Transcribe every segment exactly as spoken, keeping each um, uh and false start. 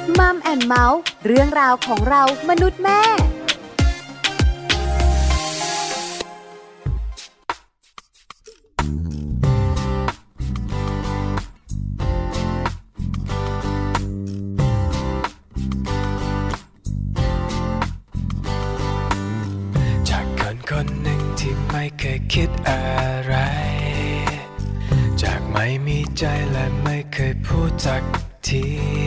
มัมแอนด์เมาส์เรื่องราวของเรามนุษย์แม่จากคนคนหนึ่งที่ไม่เคยคิดอะไรจากไม่มีใจและไม่เคยพูดสักที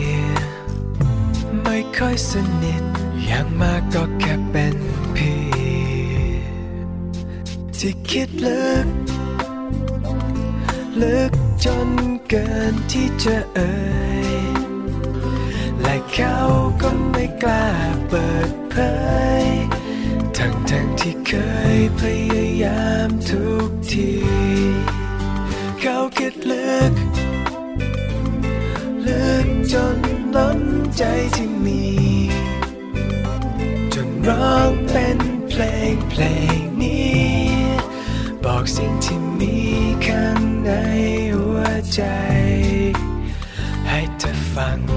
ไม่ค่อยสนิทอย่างมากก็แค่เป็นพี่ที่คิดลึกลึกจนเกินที่จะเอ่ยและเขาก็ไม่กล้าเปิดเผยทั้งทั้งที่เคยพยายามทุกทีเขาคิดลึกลึกจนล้นใจที่มีจนร้องเป็นเพลงเพลงนี้บอกสิ่งที่มีข้างในหัวใจให้เธอฟัง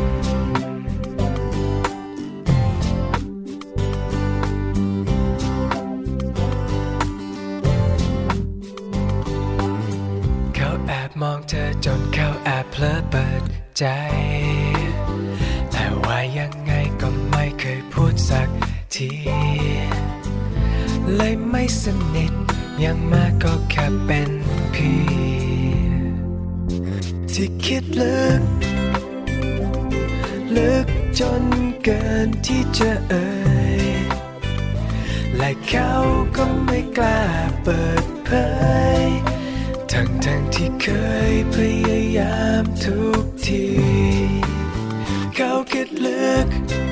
เขาแอบมองเธอจนเขาแอบเพลอเปิดใจแต่ว่ายังไงก็ไม่เคยพูดสักทีเลยไม่สนิทยังมากก็แค่เป็นพี่ที่คิดลึกลึกจนเกินที่จะเอ่ยและเขาก็ไม่กล้าเปิดเผยทั้งทั้งที่เคยพยายามทุกทีเขาคิดลึก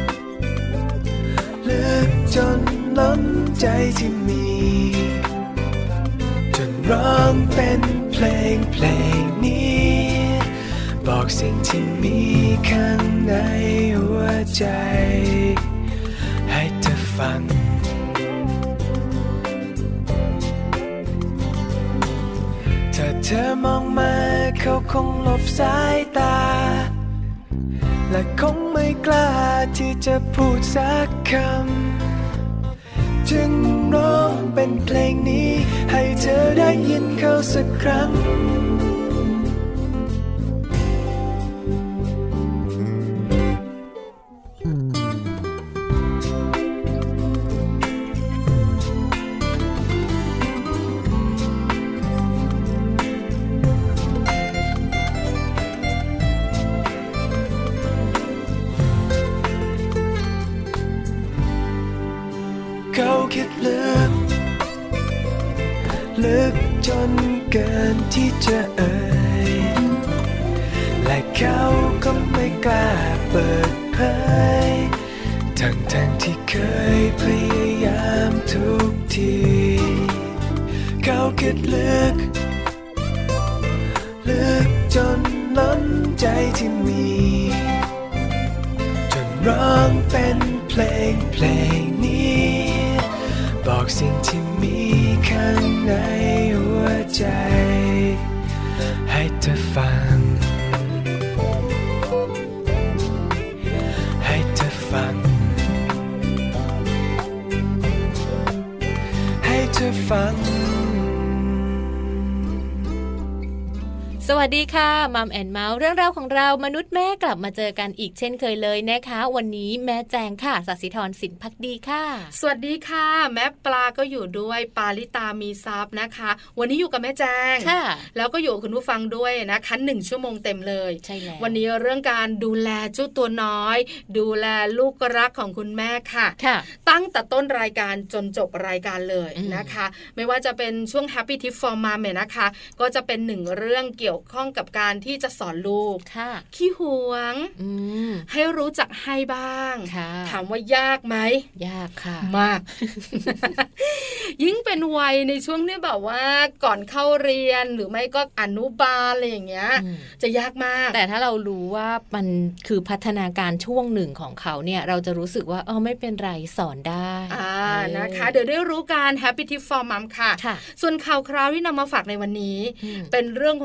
ลึกจนล้นใจที่มีจนร้องเป็นเพลงเพลงนี้บอกสิ่งที่มีข้างในหัวใจให้เธอฟังถ้าเธอมองมาเขาคงหลบสายตาและคงไม่กล้าที่จะพูดสักคำจึงร้องเป็นเพลงนี้ให้เธอได้ยินเขาสักครั้งเขาคิดลึกลึกจนเกินที่จะเอ่ยและเขาก็ไม่กล้าเปิดเผยทั้งทั้งที่เคยพยายามทุกทีเขาคิดลึกลึกจนล้นใจที่มีจนร้องเป็นเพลงเพลงนี้บอกสิ่งที่มีข้างในหัวใจให้เธอฟังให้เธอฟังให้เธอฟังสวัสดีค่ะมัมแอนด์เมาส์เรื่องราวของเรามนุษย์แม่กลับมาเจอกันอีกเช่นเคยเลยนะคะวันนี้แม่แจงค่ะศศิธรสินภักดีค่ะสวัสดีค่ะแม่ปลาก็อยู่ด้วยปาลิตามีซับนะคะวันนี้อยู่กับแม่แจงค่ะแล้วก็อยู่กับคุณผู้ฟังด้วยนะคะหนึ่งชั่วโมงเต็มเลยใช่แล้ววันนี้เรื่องการดูแลเจ้าตัวน้อยดูแลลูกรักของคุณแม่ค่ะค่ะตั้งแต่ต้นรายการจนจบรายการเลยนะคะไม่ว่าจะเป็นช่วง Happy Tip for Mom เนี่ยนะคะก็จะเป็นหนึ่งเรื่องเกี่ยวข้องกับการที่จะสอนลูกขี้หวงให้รู้จักให้บ้างถามว่ายากไหมยากค่ะมาก ยิ่งเป็นวัยในช่วงที่แบบว่าก่อนเข้าเรียนหรือไม่ก็อนุบาลอะไรอย่างเงี้ยจะยากมากแต่ถ้าเรารู้ว่ามันคือพัฒนาการช่วงหนึ่งของเขาเนี่ยเราจะรู้สึกว่าเออไม่เป็นไรสอนได้อ่านะคะเดี๋ยวได้รู้การ Happy Tip for Mom ค่ะส่วนข่าวคราวที่นำมาฝากในวันนี้เป็นเรื่องของการ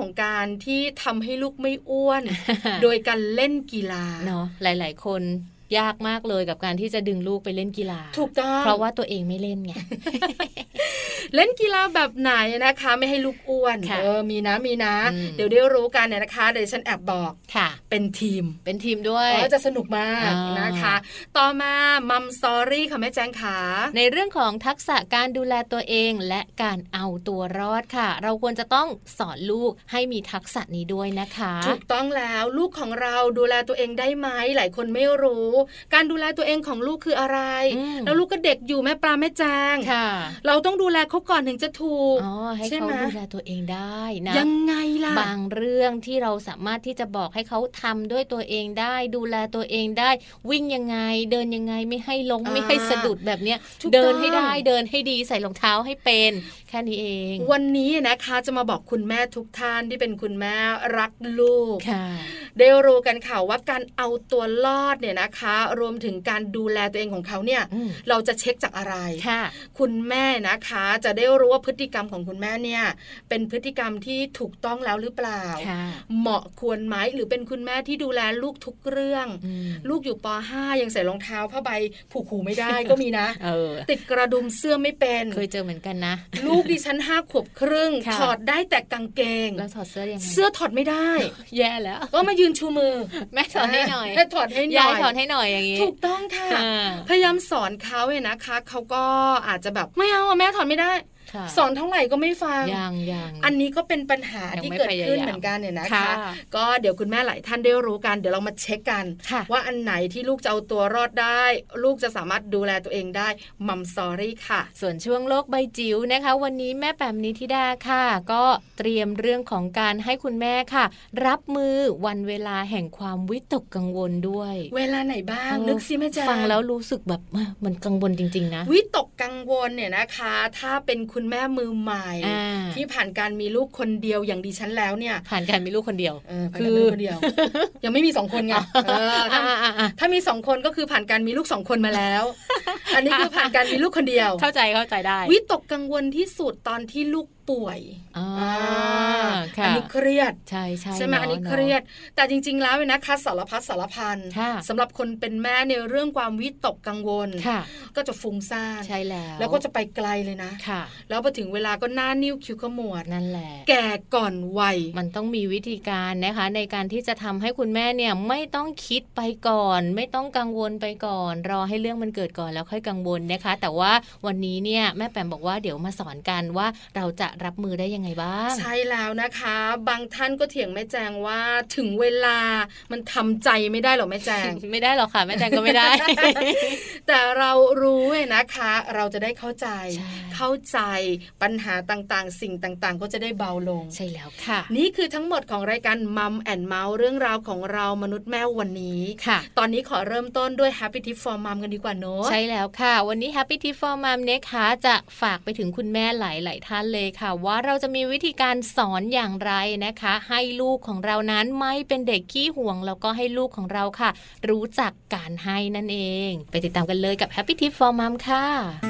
ที่ทำให้ลูกไม่อ้วน โดยการเล่นกีฬาเนาะหลายๆคนยากมากเลยกับการที่จะดึงลูกไปเล่นกีฬาถูกต้องเพราะว่าตัวเองไม่เล่นไงเล่นกีฬาแบบไหนนะคะไม่ให้ลูกอ้วนเออมีนะมีนะเดี๋ยวได้รู้กันเนี่ยนะคะเดี๋ยวฉันแอบบอกเป็นทีมเป็นทีมด้วยก็จะสนุกมากนะคะต่อมามัมสตอรี่ค่ะแม่แจ้งขาในเรื่องของทักษะการดูแลตัวเองและการเอาตัวรอดค่ะเราควรจะต้องสอนลูกให้มีทักษะนี้ด้วยนะคะถูกต้องแล้วลูกของเราดูแลตัวเองได้ไหมหลายคนไม่รู้การดูแลตัวเองของลูกคืออะไรแล้วลูกก็เด็กอยู่แม่ปลาแม่แจงเราต้องดูแลเขาก่อนถึงจะถูกอ๋อให้เขาดูแลตัวเองได้นะยังไงล่ะบางเรื่องที่เราสามารถที่จะบอกให้เขาทำด้วยตัวเองได้ดูแลตัวเองได้วิ่งยังไงเดินยังไงไม่ให้ล้มไม่ให้สะดุดแบบเนี้ยเดินให้ได้เดินให้ดีใส่รองเท้าให้เป็นแค่นี้เองวันนี้นะคะจะมาบอกคุณแม่ทุกท่านที่เป็นคุณแม่รักลูกได้รู้กันค่ะว่าการเอาตัวรอดเนี่ยนะคะรวมถึงการดูแลตัวเองของเขาเนี่ยเราจะเช็คจากอะไรคุณแม่นะคะจะได้รู้ว่าพฤติกรรมของคุณแม่เนี่ยเป็นพฤติกรรมที่ถูกต้องแล้วหรือเปล่าเหมาะควรไหมหรือเป็นคุณแม่ที่ดูแลลูกทุกเรื่องลูกอยู่ป ห้ายังใส่รองเท้าผ้าใบผูกหูไม่ได้ก็มีนะติดกระดุมเสื้อไม่เป็นเคยเจอเหมือนกันนะลูกดิฉันห้าขวบครึ่งถอดได้แต่กางเกงแล้วถอดเสื้อยังไงเสื้อถอดไม่ได้แย่แล้วก็มายืนชูมือแม่ถอดให้หน่อยถอดให้หน่อยยายถอดให้หน่อยอย่างงี้ถูกต้องค่ะพยายามสอนเขาเนี่ยนะคะเขาก็อาจจะแบบไม่เอาแม่ถอดไม่ได้สอนเท่าไหร่ก็ไม่ฟังยังยังอันนี้ก็เป็นปัญหาที่เกิดขึ้นเหมือนกันเนี่ยนะคะก็เดี๋ยวคุณแม่หลายท่านได้รู้กันเดี๋ยวเรามาเช็คกันว่าอันไหนที่ลูกจะเอาตัวรอดได้ลูกจะสามารถดูแลตัวเองได้มัมสอรี่ค่ะส่วนช่วงโลกใบจิ๋วนะคะวันนี้แม่แปมนิธิดาค่ะก็เตรียมเรื่องของการให้คุณแม่ค่ะรับมือวันเวลาแห่งความวิตกกังวลด้วยเวลาไหนบ้างนึกซิแม่แจ๊ฟังแล้วรู้สึกแบบมันกังวลจริงๆนะวิตกกังวลเนี่ยนะคะถ้าเป็นคุณแม่มือใหม่ที่ผ่านการมีลูกคนเดียวอย่างดิฉันแล้วเนี่ยผ่านการมีลูกคนเดียวคือคนเดียวยังไม่มีสองคนไงถ้ามีสองคนก็คือผ่านการมีลูกสองคนมาแล้วอันนี้คือผ่านการมีลูกคนเดียวเข้าใจเข้าใจได้วิตกกังวลที่สุดตอนที่ลูกป่วยอันนี้เครียดใช่ใช่ใช่ไหมอันนี้เครียดแต่จริงๆแล้วนะคะสารพัดสารพันสำหรับคนเป็นแม่ในเรื่องความวิตกกังวลก็จะฟุ้งซ่านใช่แล้วแล้วก็จะไปไกลเลยนะแล้วพอถึงเวลาก็หน้านิ้วคิ้วขมวดนั่นแหละแก่ก่อนวัยมันต้องมีวิธีการนะคะในการที่จะทำให้คุณแม่เนี่ยไม่ต้องคิดไปก่อนไม่ต้องกังวลไปก่อนรอให้เรื่องมันเกิดก่อนแล้วค่อยกังวลนะคะแต่ว่าวันนี้เนี่ยแม่แปมบอกว่าเดี๋ยวมาสอนกันว่าเราจะรับมือได้ยังไงบ้างใช่แล้วนะคะบางท่านก็เถียงแม่แจงว่าถึงเวลามันทำใจไม่ได้หรอแม่แจงไม่ได้หรอกค่ะแม่แจงก็ไม่ได้แต่เรารู้นะคะเราจะได้เข้าใจเข้าใจปัญหาต่างๆสิ่งต่างๆก็จะได้เบาลงใช่แล้วค่ะนี่คือทั้งหมดของรายการมัมแอนด์เมาส์เรื่องราวของเรามนุษย์แม่วันนี้ค่ะตอนนี้ขอเริ่มต้นด้วย Happy Tip for Mom กันดีกว่าเนอะใช่แล้วค่ะวันนี้ Happy Tip for Mom นะคะจะฝากไปถึงคุณแม่หลายๆท่านเลยค่ะว่าเราจะมีวิธีการสอนอย่างไรนะคะให้ลูกของเรานั้นไม่เป็นเด็กขี้ห่วงแล้วก็ให้ลูกของเราค่ะรู้จักการให้นั่นเองไปติดตามกันเลยกับ Happy Tip for Mom ค่ะ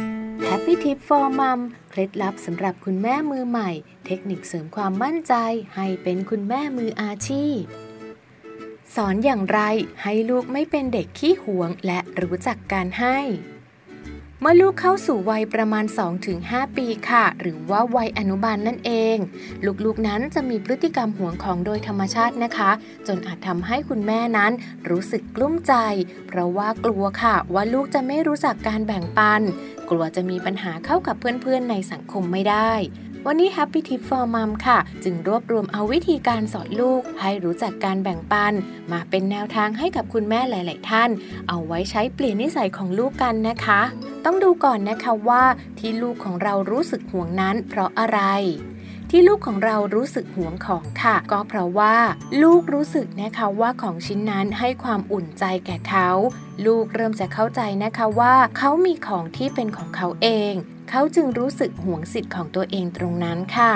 Happy Tip for Mom เคล็ดลับสำหรับคุณแม่มือใหม่เทคนิคเสริมความมั่นใจให้เป็นคุณแม่มืออาชีพสอนอย่างไรให้ลูกไม่เป็นเด็กขี้หวงและรู้จักการให้เมื่อลูกเข้าสู่วัยประมาณ สองถึงห้า ปีค่ะหรือว่าวัยอนุบาล น, นั่นเองลูกๆนั้นจะมีพฤติกรรมหวงของโดยธรรมชาตินะคะจนอาจทำให้คุณแม่นั้นรู้สึกกลุ้มใจเพราะว่ากลัวค่ะว่าลูกจะไม่รู้จักการแบ่งปันกลัวจะมีปัญหาเข้ากับเพื่อนๆในสังคมไม่ได้วันนี้ Happy Tip for Mom ค่ะจึงรวบรวมเอาวิธีการสอนลูกให้รู้จักการแบ่งปันมาเป็นแนวทางให้กับคุณแม่หลายๆท่านเอาไว้ใช้เปลี่ยนนิสัยของลูกกันนะคะต้องดูก่อนนะคะว่าที่ลูกของเรารู้สึกห่วงนั้นเพราะอะไรที่ลูกของเรารู้สึกหวงของค่ะก็เพราะว่าลูกรู้สึกนะคะว่าของชิ้นนั้นให้ความอุ่นใจแก่เขาลูกเริ่มจะเข้าใจนะคะว่าเขามีของที่เป็นของเขาเองเขาจึงรู้สึกหวงสิทธิ์ของตัวเองตรงนั้นค่ะ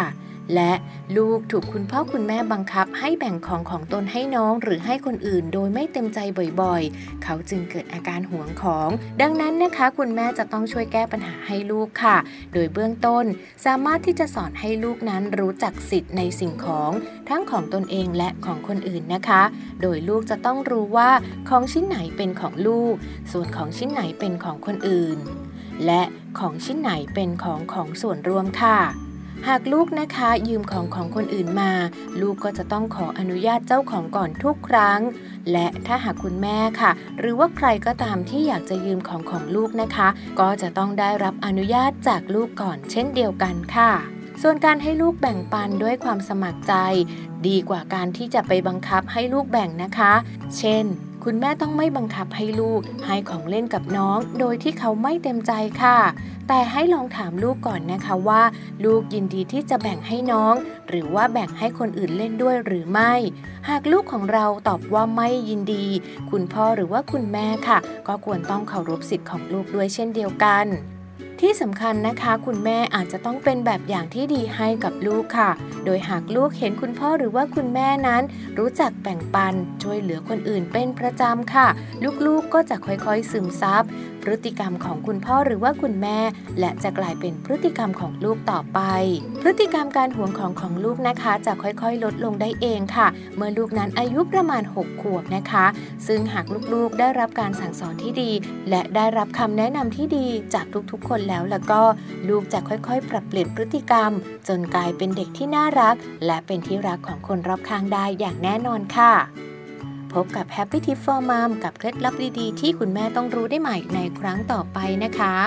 และลูกถูกคุณพ่อคุณแม่บังคับให้แบ่งของของตนให้น้องหรือให้คนอื่นโดยไม่เต็มใจบ่อยๆเขาจึงเกิดอาการหวงของดังนั้นนะคะคุณแม่จะต้องช่วยแก้ปัญหาให้ลูกค่ะโดยเบื้องต้นสามารถที่จะสอนให้ลูกนั้นรู้จักสิทธิ์ในสิ่งของทั้งของตนเองและของคนอื่นนะคะโดยลูกจะต้องรู้ว่าของชิ้นไหนเป็นของลูกส่วนของชิ้นไหนเป็นของคนอื่นและของชิ้นไหนเป็นของของส่วนรวมค่ะหากลูกนะคะยืมของของคนอื่นมาลูกก็จะต้องขออนุญาตเจ้าของก่อนทุกครั้งและถ้าหากคุณแม่ค่ะหรือว่าใครก็ตามที่อยากจะยืมของของลูกนะคะก็จะต้องได้รับอนุญาตจากลูกก่อนเช่นเดียวกันค่ะส่วนการให้ลูกแบ่งปันด้วยความสมัครใจดีกว่าการที่จะไปบังคับให้ลูกแบ่งนะคะเช่นคุณแม่ต้องไม่บังคับให้ลูกให้ของเล่นกับน้องโดยที่เขาไม่เต็มใจค่ะแต่ให้ลองถามลูกก่อนนะคะว่าลูกยินดีที่จะแบ่งให้น้องหรือว่าแบ่งให้คนอื่นเล่นด้วยหรือไม่หากลูกของเราตอบว่าไม่ยินดีคุณพ่อหรือว่าคุณแม่ค่ะก็ควรต้องเคารพสิทธิ์ของลูกด้วยเช่นเดียวกันที่สำคัญนะคะคุณแม่อาจจะต้องเป็นแบบอย่างที่ดีให้กับลูกค่ะโดยหากลูกเห็นคุณพ่อหรือว่าคุณแม่นั้นรู้จักแบ่งปันช่วยเหลือคนอื่นเป็นประจำค่ะลูกๆก็จะค่อยๆซึมซับพฤติกรรมของคุณพ่อหรือว่าคุณแม่และจะกลายเป็นพฤติกรรมของลูกต่อไปพฤติกรรมการหวงของของลูกนะคะจะค่อยๆลดลงได้เองค่ะเมื่อลูกนั้นอายุประมาณหกขวบนะคะซึ่งหากลูกๆได้รับการสั่งสอนที่ดีและได้รับคำแนะนำที่ดีจากทุกๆคนแล้วแล้วก็ลูกจะค่อยๆปรับเปลี่ยนพฤติกรรมจนกลายเป็นเด็กที่น่ารักและเป็นที่รักของคนรอบข้างได้อย่างแน่นอนค่ะพบกับ Happy Tip for Mom กับเคล็ดลับดีๆที่คุณแม่ต้องรู้ได้ใหม่ในครั้งต่อไปนะคะ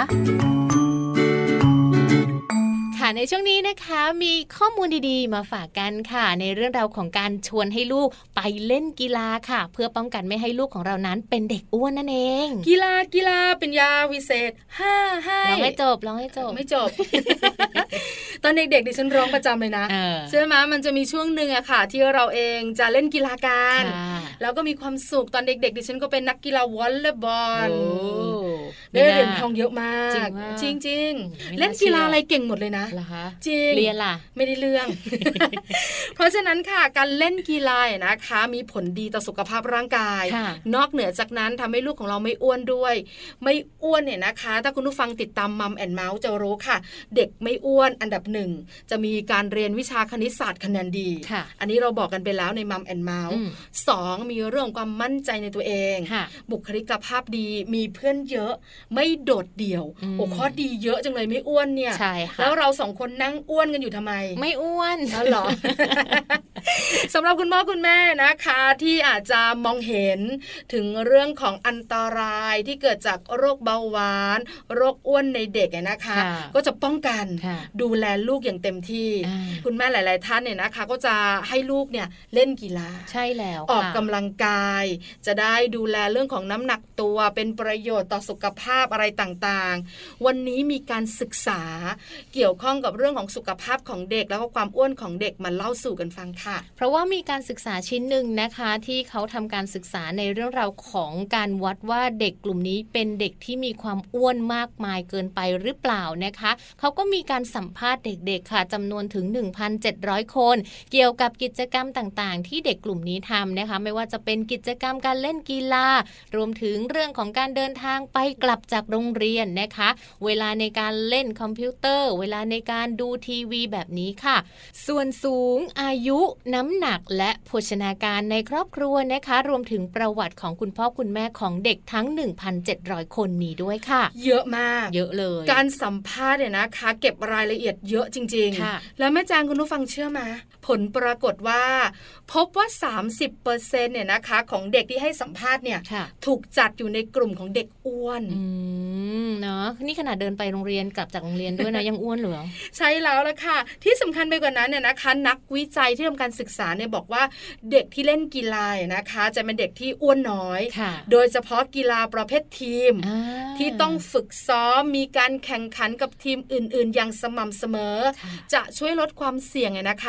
ค่ะในช่วงนี้นะคะมีข้อมูลดีๆมาฝากกันค่ะในเรื่องราวของการชวนให้ลูกไปเล่นกีฬาค่ะเพื่อป้องกันไม่ให้ลูกของเรานั้นเป็นเด็กอ้วนนั่นเองกีฬากีฬาเป็นยาวิเศษห้าให้ร้องให้จบร้องให้จบไม่จบ ตอนเด็กๆดิฉันร้องประจำเลยนะใช่ไหมมันจะมีช่วงหนึ่งอะค่ะที่เราเองจะเล่นกีฬากันแล้วก็มีความสุขตอนเด็กๆดิฉันก็เป็นนักกีฬาวอลเลย์บอลได้เหรียญทองเยอะมากจริงๆเล่นกีฬาอะไรเก่งหมดเลยนะจริงเรียนล่ะไม่ได้เรื่อง เพราะฉะนั้นค่ะการเล่นกีฬานะคะมีผลดีต่อสุขภาพร่างกายนอกเหนือจากนั้นทำให้ลูกของเราไม่อ้วนด้วยไม่อ้วนเนี่ยนะคะถ้าคุณผู้ฟังติดตามมัมแอนด์เมาส์จะรู้ค่ะเด็กไม่อ้วนอันดับหนึ่งจะมีการเรียนวิชาคณิตศาสตร์คะแนนดีอันนี้เราบอกกันไปแล้วในมัมแอนด์เมาส์สองมีเรื่องความมั่นใจในตัวเองบุคลิกภาพดีมีเพื่อนเยอะไม่โดดเดี่ยวโอ้ข้อดีเยอะจังเลยไม่อ้วนเนี่ยแล้วเราสองคนนั่งอ้วนกันอยู่ทำไมไม่อ้วนอ๋อเหรอ สำหรับคุณพ่อคุณแม่นะคะที่อาจจะมองเห็นถึงเรื่องของอันตรายที่เกิดจากโรคเบาหวานโรคอ้วนในเด็กนะคะก็จะป้องกันดูแลลูกอย่างเต็มที่คุณแม่หลายๆท่านเนี่ยนะคะก็จะให้ลูกเนี่ยเล่นกีฬาใช่แล้วออกกำลังกายจะได้ดูแลเรื่องของน้ำหนักตัวเป็นประโยชน์ต่อสุขภาพอะไรต่างๆวันนี้มีการศึกษาเกี่ยวข้องกับเรื่องของสุขภาพของเด็กแล้วก็ความอ้วนของเด็กมาเล่าสู่กันฟังค่ะเพราะว่ามีการศึกษาชิ้นหนึ่งนะคะที่เขาทำการศึกษาในเรื่องราวของการวัดว่าเด็กกลุ่มนี้เป็นเด็กที่มีความอ้วนมากมายเกินไปหรือเปล่านะคะเขาก็มีการสัมภาษณ์เด็กๆค่ะจำนวนถึง หนึ่งพันเจ็ดร้อย คนเกี่ยวกับกิจกรรมต่างๆที่เด็กกลุ่มนี้ทำนะคะไม่ว่าจะเป็นกิจกรรมการเล่นกีฬารวมถึงเรื่องของการเดินทางไปกลับจากโรงเรียนนะคะเวลาในการเล่นคอมพิวเตอร์เวลาในการดูทีวีแบบนี้ค่ะส่วนสูงอายุน้ำหนักและโภชนาการในครอบครัวนะคะรวมถึงประวัติของคุณพ่อคุณแม่ของเด็กทั้ง หนึ่งพันเจ็ดร้อย คนนี้ด้วยค่ะเยอะมากเยอะเลยการสัมภาษณ์เนี่ยนะคะเก็บรายละเอียดเยอะจริงๆแล้วแม่แจงคุณผู้ฟังเชื่อไหมผลปรากฏว่าพบว่า สามสิบเปอร์เซ็นต์ เนี่ยนะคะของเด็กที่ให้สัมภาษณ์เนี่ยถูกจัดอยู่ในกลุ่มของเด็กอ้วนอืมเนาะนี่ขนาดเดินไปโรงเรียนกลับจากโรงเรียนด้วยนะยังอ้วนเหรอใช่แล้วล่ะค่ะที่สำคัญไปกว่านั้นเนี่ยนะคะนักวิจัยที่ทำการศึกษาเนี่ยบอกว่าเด็กที่เล่นกีฬานะคะจะเป็นเด็กที่อ้วนน้อยโดยเฉพาะกีฬาประเภททีมที่ต้องฝึกซ้อมมีการแข่งขันกับทีมอื่นๆอย่างสม่ำเสมอจะช่วยลดความเสี่ยงนะคะในการเกิด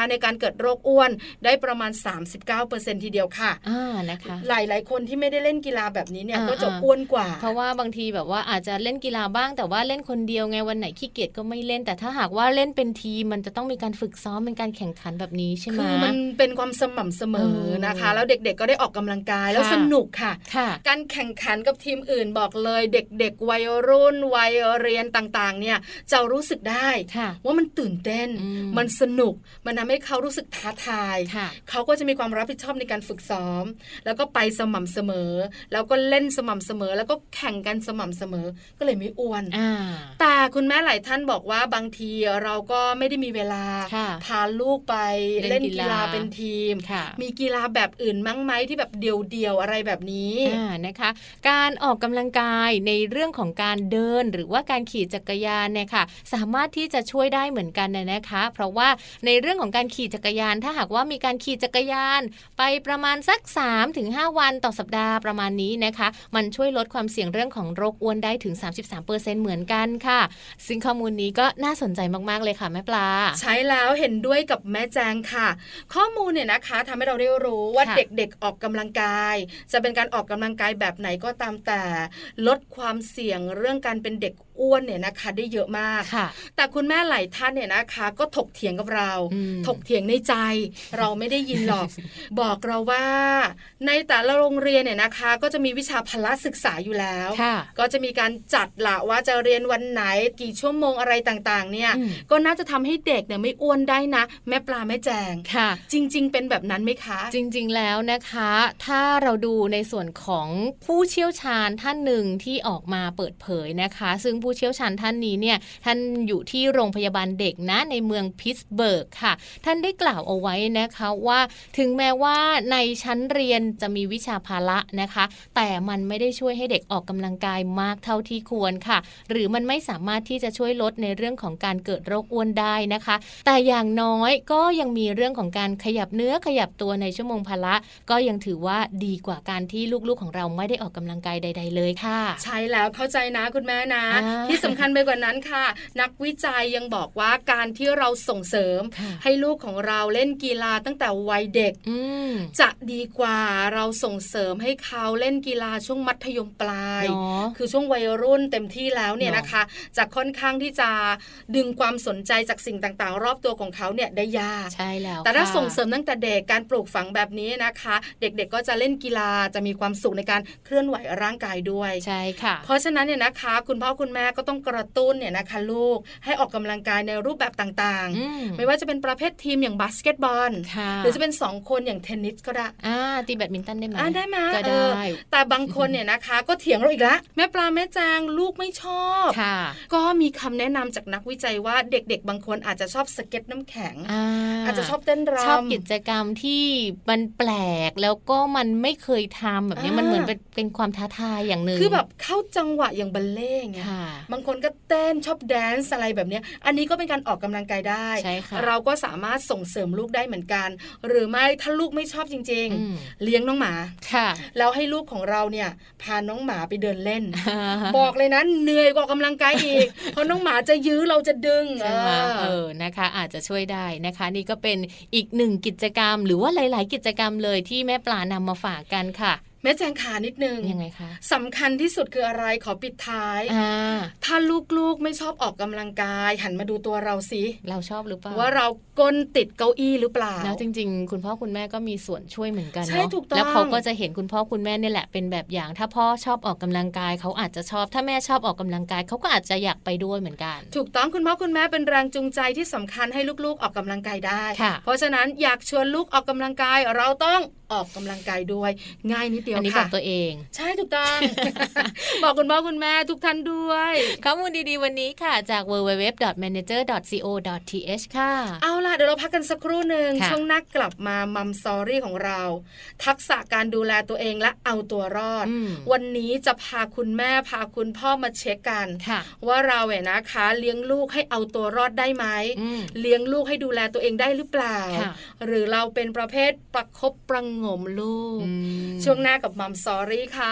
ดโรคอ้วนได้ประมาณ สามสิบเก้าเปอร์เซ็นต์ ทีเดียวค่ะอ่านะคะหลายๆคนที่ไม่ได้เล่นกีฬาแบบนี้เนี่ยก็จะอ้วนกว่าเพราะว่าบางทีแบบว่าอาจจะเล่นกีฬาบ้างแต่ว่าเล่นคนเดียวไงวันไหนขี้เกียจก็ไม่เล่นแต่ถ้าหากว่าเล่นเป็นทีมมันจะต้องมีการฝึกซ้อมเป็นการแข่งขันแบบนี้ใช่ไหมคือมันเป็นความสม่ำเสมอนะคะแล้วเด็กๆก็ได้ออกกำลังกายแล้วสนุกค่ะการแข่งขันกับทีมอื่นบอกเลยเด็กๆวัยรุ่นวัยเรียนต่างๆเนี่ยจะรู้สึกได้ว่ามันตื่นเต้นมันสนุกมันทำให้เขารู้สึกท้าทายเขาก็จะมีความรับผิดชอบในการฝึกซ้อมแล้วก็ไปสม่ำเสมอแล้วก็เล่นสม่ำเสมอแล้วก็แข่งกันสม่ำเสมอก็เลยไม่อ้วนแต่คุณแม่หลายท่านบอกว่าบางทีเราก็ไม่ได้มีเวลาพาลูกไปเล่นกีฬาเป็นทีมมีกีฬาแบบอื่นมั้งไหมที่แบบเดี่ยวๆอะไรแบบนี้นะคะการออกกำลังกายในเรื่องของการเดินหรือว่าการขี่จักรยานเนี่ยค่ะสามารถที่จะช่วยได้เหมือนกันนะคะเพราะว่าในเรื่องของการขี่จักรยานถ้าหากว่ามีการขี่จักรยานไปประมาณสัก สามถึงห้า วันต่อสัปดาห์ประมาณนี้นะคะมันช่วยลดความเสี่ยงเรื่องของโรคอ้วนได้ถึง สามสิบสามเปอร์เซ็นต์ เหมือนกันค่ะซึ่งข้อมูลนี้ก็น่าสนใจมากๆเลยค่ะแม่ปลาใช่แล้วเห็นด้วยกับแม่แจงค่ะข้อมูลเนี่ยนะคะทำให้เราได้รู้ว่าเด็กๆออกกำลังกายจะเป็นการออกกำลังกายแบบไหนก็ตามแต่ลดความเสี่ยงเรื่องการเป็นเด็กอ้วนเนี่ยนะคะได้เยอะมากแต่คุณแม่หลายท่านเนี่ยนะคะก็ถกเถียงกับเราถกเถียงในใจเราไม่ได้ยินหรอก บอกเราว่าในแต่ละโรงเรียนเนี่ยนะคะก็จะมีวิชาพละศึกษาอยู่แล้วก็จะมีการจัดละว่าจะเรียนวันไหนกี่ชั่วโมงอะไรต่างๆเนี่ยก็น่าจะทำให้เด็กเนี่ยไม่อ้วนได้นะแม่ปลาแม่แจงจริงๆเป็นแบบนั้นไหมคะจริงๆแล้วนะคะถ้าเราดูในส่วนของผู้เชี่ยวชาญท่านหนึ่งที่ออกมาเปิดเผยนะคะซึ่งผู้เชี่ยวชาญท่านนี้เนี่ยท่านอยู่ที่โรงพยาบาลเด็กนะในเมืองพิตสเบิร์กค่ะท่านได้กล่าวเอาไว้นะคะว่าถึงแม้ว่าในชั้นเรียนจะมีวิชาพละนะคะแต่มันไม่ได้ช่วยให้เด็กออกกำลังกายมากเท่าที่ควรค่ะหรือมันไม่สามารถที่จะช่วยลดในเรื่องของการเกิดโรคอ้วนได้นะคะแต่อย่างน้อยก็ยังมีเรื่องของการขยับเนื้อขยับตัวในชั่วโมงพละก็ยังถือว่าดีกว่าการที่ลูกๆของเราไม่ได้ออกกำลังกายใดๆเลยค่ะใช่แล้วเข้าใจนะคุณแม่นะที่สำคัญไปกว่านั้นค่ะนักวิจัยยังบอกว่าการที่เราส่งเสริมให้ลูกของเราเล่นกีฬาตั้งแต่วัยเด็กจะดีกว่าเราส่งเสริมให้เขาเล่นกีฬาช่วงมัธยมปลายคือช่วงวัยรุ่นเต็มที่แล้วเนี่ยนะคะจะค่อนข้างที่จะดึงความสนใจจากสิ่งต่างๆรอบตัวของเขาเนี่ยได้ยากใช่แล้วแต่ถ้าส่งเสริมตั้งแต่เด็กการปลูกฝังแบบนี้นะคะเด็กๆก็จะเล่นกีฬาจะมีความสุขในการเคลื่อนไหวร่างกายด้วยใช่ค่ะเพราะฉะนั้นเนี่ยนะคะคุณพ่อคุณแม่ก็ต้องกระตุ้นเนี่ยนะคะลูกให้ออกกำลังกายในรูปแบบต่างๆไม่ว่าจะเป็นประเภททีมอย่างบาสเกตบอลหรือจะเป็นสองคนอย่างเทนนิสก็ได้อ่าตีแบดมินตันได้ไหมได้ไหมก็ได้แต่บางคนเนี่ยนะคะก็เถียงเราอีกแล้วแม่ปลาแม่แจงลูกไม่ชอบก็มีคำแนะนำจากนักวิจัยว่าเด็กๆบางคนอาจจะชอบสเก็ตน้ำแข็งอาอาจจะชอบเต้นรำชอบกิจกรรมที่มันแปลกแล้วก็มันไม่เคยทำแบบนี้มันเหมือนเป็นเป็นความท้าทายอย่างนึงคือแบบเข้าจังหวะอย่างบัลเล่ต์ไงบางคนก็เต้นชอบแดนซ์อะไรแบบนี้อันนี้ก็เป็นการออกกำลังกายได้เราก็สามารถส่งเสริมลูกได้เหมือนกันหรือไม่ถ้าลูกไม่ชอบจริงๆเลี้ยงน้องหมาแล้วให้ลูกของเราเนี่ยพาน้องหมาไปเดินเล่น บอกเลยนะเหนื่อยกว่าออกกำลังกายอีก เพราะน้องหมาจะยื้อเราจะดึงใช่ไหมเออนะคะอาจจะช่วยได้นะคะนี่ก็เป็นอีกหนึ่งกิจกรรมหรือว่าหลายๆกิจกรรมเลยที่แม่ปลานำมาฝากกันค่ะแม่แจงขานิดนึงยังไงคะสำคัญที่สุดคืออะไรขอปิดท้ายถ้าลูกๆไม่ชอบออกกำลังกายหันมาดูตัวเราสิเราชอบหรือเปล่าว่าเราก้นติดเก้าอี้หรือเปล่าแล้วจริงๆคุณพ่อคุณแม่ก็มีส่วนช่วยเหมือนกันเนาะแล้วเขาก็จะเห็นคุณพ่อคุณแม่นี่แหละเป็นแบบอย่างถ้าพ่อชอบออกกำลังกายเขาอาจจะชอบถ้าแม่ชอบออกกำลังกายเขาก็อาจจะอยากไปด้วยเหมือนกันถูกต้องคุณพ่อคุณแม่เป็นแรงจูงใจที่สำคัญให้ลูกๆออกกำลังกายได้เพราะฉะนั้นอยากชวนลูกออกกำลังกายเราต้องออกกำลังกายด้วยง่ายนิดเดียวค่ะอันนี้บอกตัวเองใช่ถูกต้อง บอกคุณพ่อคุณแม่ทุกท่านด้วยข้อมูลดีๆวันนี้ค่ะจาก ดับเบิลยู ดับเบิลยู ดับเบิลยู ดอท แมเนเจอร์ ดอท ซี โอ ดอท ที เอช ค่ะเอาล่ะเดี๋ยวเราพักกันสักครู่นึงช่วงหน้ากลับมามัมสตอรี่ของเราทักษะการดูแลตัวเองและเอาตัวรอดวันนี้จะพาคุณแม่พาคุณพ่อมาเช็คกันว่าเราเนี่ยนะคะเลี้ยงลูกให้เอาตัวรอดได้ไหมเลี้ยงลูกให้ดูแลตัวเองได้หรือเปล่าหรือเราเป็นประเภทประคบประหงมลูกช่วงหน้ากับมัมสตอรี่ค่ะ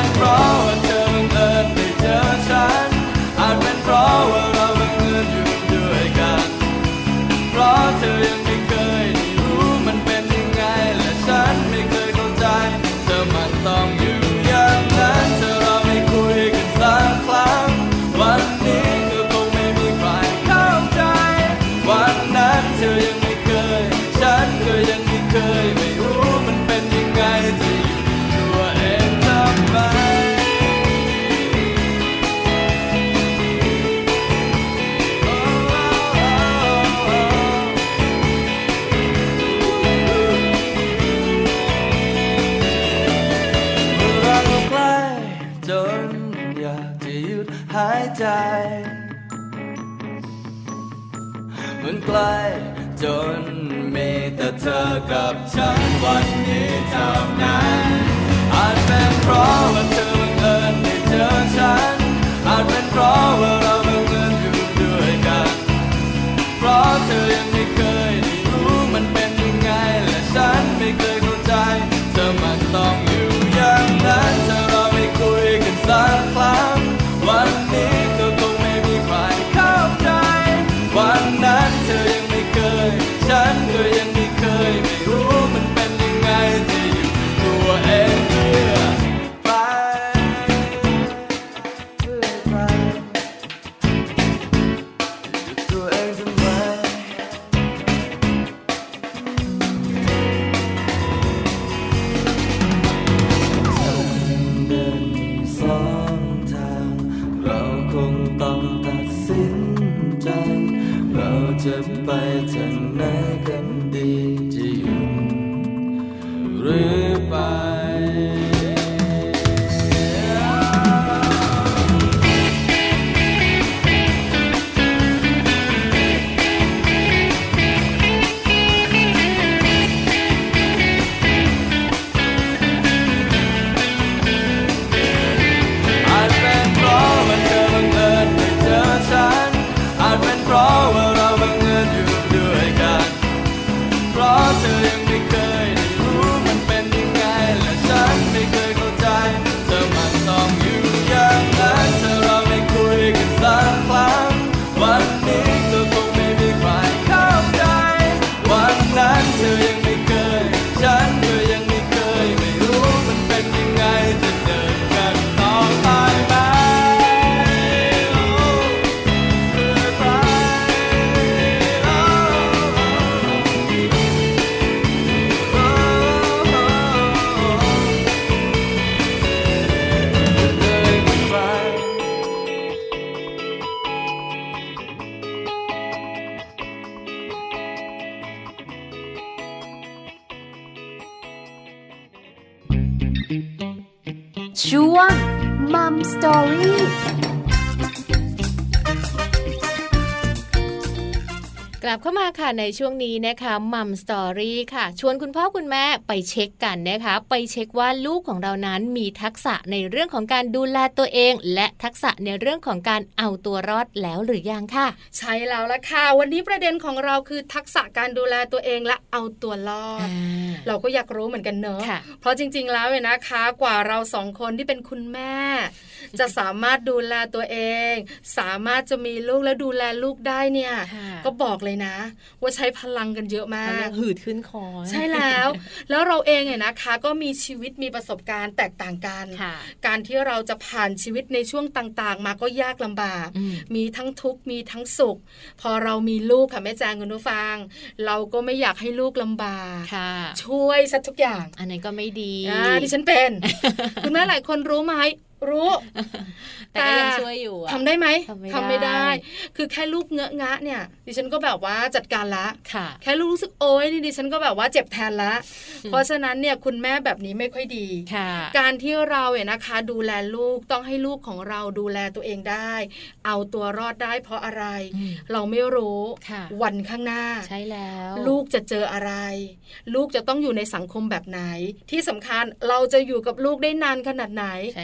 เป็นเพราะว่าเธอบังเอิญได้เจอฉันอาจเป็นเพราะว่าเราบังเอิญอยู่ด้วยกันเพราะเธอยังไม่เคยได้รู้มันเป็นยังไงและฉันไม่เคยเข้าใจเธอมันต้องอยู่อย่างนั้นเธอเราไม่คุยกันสักครั้งวันนี้ก็คงไม่มีใครเข้าใจวันนั้นเธอยังไม่เคยฉันก็ยังไม่เคยไม่รู้มันเป็นยังไงจะอยู่ตัวเองทำไมจนอยากจะหยุดหายใจมันใกล้จนมีแต่เธอกับฉันวันนี้เท่านั้นอาจเป็นเพราะว่าเธอบังเอิญได้เจอฉันอาจเป็นเพราะว่าเราบังเอิญอยู่ด้วยกันเพราะเธอยังไม่เคยได้รู้มันเป็นยังไงและฉันไม่เคยเข้าใจเธอมันต้องอยู่อย่างนั้นเธอเราไม่คุยกันสักครั้งวันนี้ก็คงไม่มีใครเข้าใจวันนั้นเธอยังไม่เคยฉันก็ยังไม่เคยไม่รู้มันเป็นยังไงจะอยู่ตัวเองเพื่อไปเพื่อไปอยู่ตัวเองทำไมเดินมีสองทางเราคงต้องตัดสินใจเราจะไปทางไหนกันดีจะอยู่หรือไปอาจเป็นเพราะว่าเธอบังเอิญได้เจอฉันอาจเป็นเพราะว่าเราบังเอิญอยู่ด้วยกันเพราะเธอยังไม่เคยได้รู้มันเป็นยังไงและฉันไม่เคยเข้าใจเธอมันต้องอยู่อย่างนั้นเธอเราไม่คุยกันสักครั้งวันนี้ก็คงไม่มีใครเข้าใจวันนั้นเธอยังไม่เคยฉันก็ยังไม่เคยไม่รู้มันเป็นยังไงจะเดินกันต่อไปไหมช่วง Mum Story กลับเข้ามาค่ะในช่วงนี้นะคะมัมสตอรี่ค่ะชวนคุณพ่อคุณแม่ไปเช็คกันนะคะไปเช็คว่าลูกของเรานั้นมีทักษะในเรื่องของการดูแลตัวเองและทักษะในเรื่องของการเอาตัวรอดแล้วหรือยังค่ะใช่แล้วล่ะค่ะวันนี้ประเด็นของเราคือทักษะการดูแลตัวเองและเอาตัวรอดเราก็อยากรู้เหมือนกันเนอะเพราะจริงๆแล้วเนี่ยนะคะกว่าเราสองคนที่เป็นคุณแม่จะสามารถดูแลตัวเองสามารถจะมีลูกและดูแลลูกได้เนี่ยก็บอกเลยนะว่าใช้พลังกันเยอะมากหืดขึ้นคอใช่แล้วแล้วเราเองเนี่ยนะคะก็มีชีวิตมีประสบการณ์แตกต่างกันการที่เราจะผ่านชีวิตในช่วงต่างๆมาก็ยากลำบากมีทั้งทุกข์มีทั้งสุขพอเรามีลูกค่ะแม่แจงคุณผู้ฟังเราก็ไม่อยากให้ลูกลำบากช่วยซะทุกอย่างอันนั้นก็ไม่ดีดิฉันเป็น คุณแม่หลายคนรู้ไหมรู้แต่ก็ยังช่วยอยู่ทำได้ไหมทำไม่ได้คือแค่ลูกเงอะงะเนี่ยดิฉันก็แบบว่าจัดการละแค่ลูกรู้สึกโอ๊ยนี่ดิฉันก็แบบว่าเจ็บแทนละเพราะฉะนั้นเนี่ยคุณแม่แบบนี้ไม่ค่อยดีการที่เราเนี่ยนะคะดูแลลูกต้องให้ลูกของเราดูแลตัวเองได้เอาตัวรอดได้เพราะอะไรเราไม่รู้วันข้างหน้าใช่แล้วลูกจะเจออะไรลูกจะต้องอยู่ในสังคมแบบไหนที่สำคัญเราจะอยู่กับลูกได้นานขนาดไหนใช่ค่ะ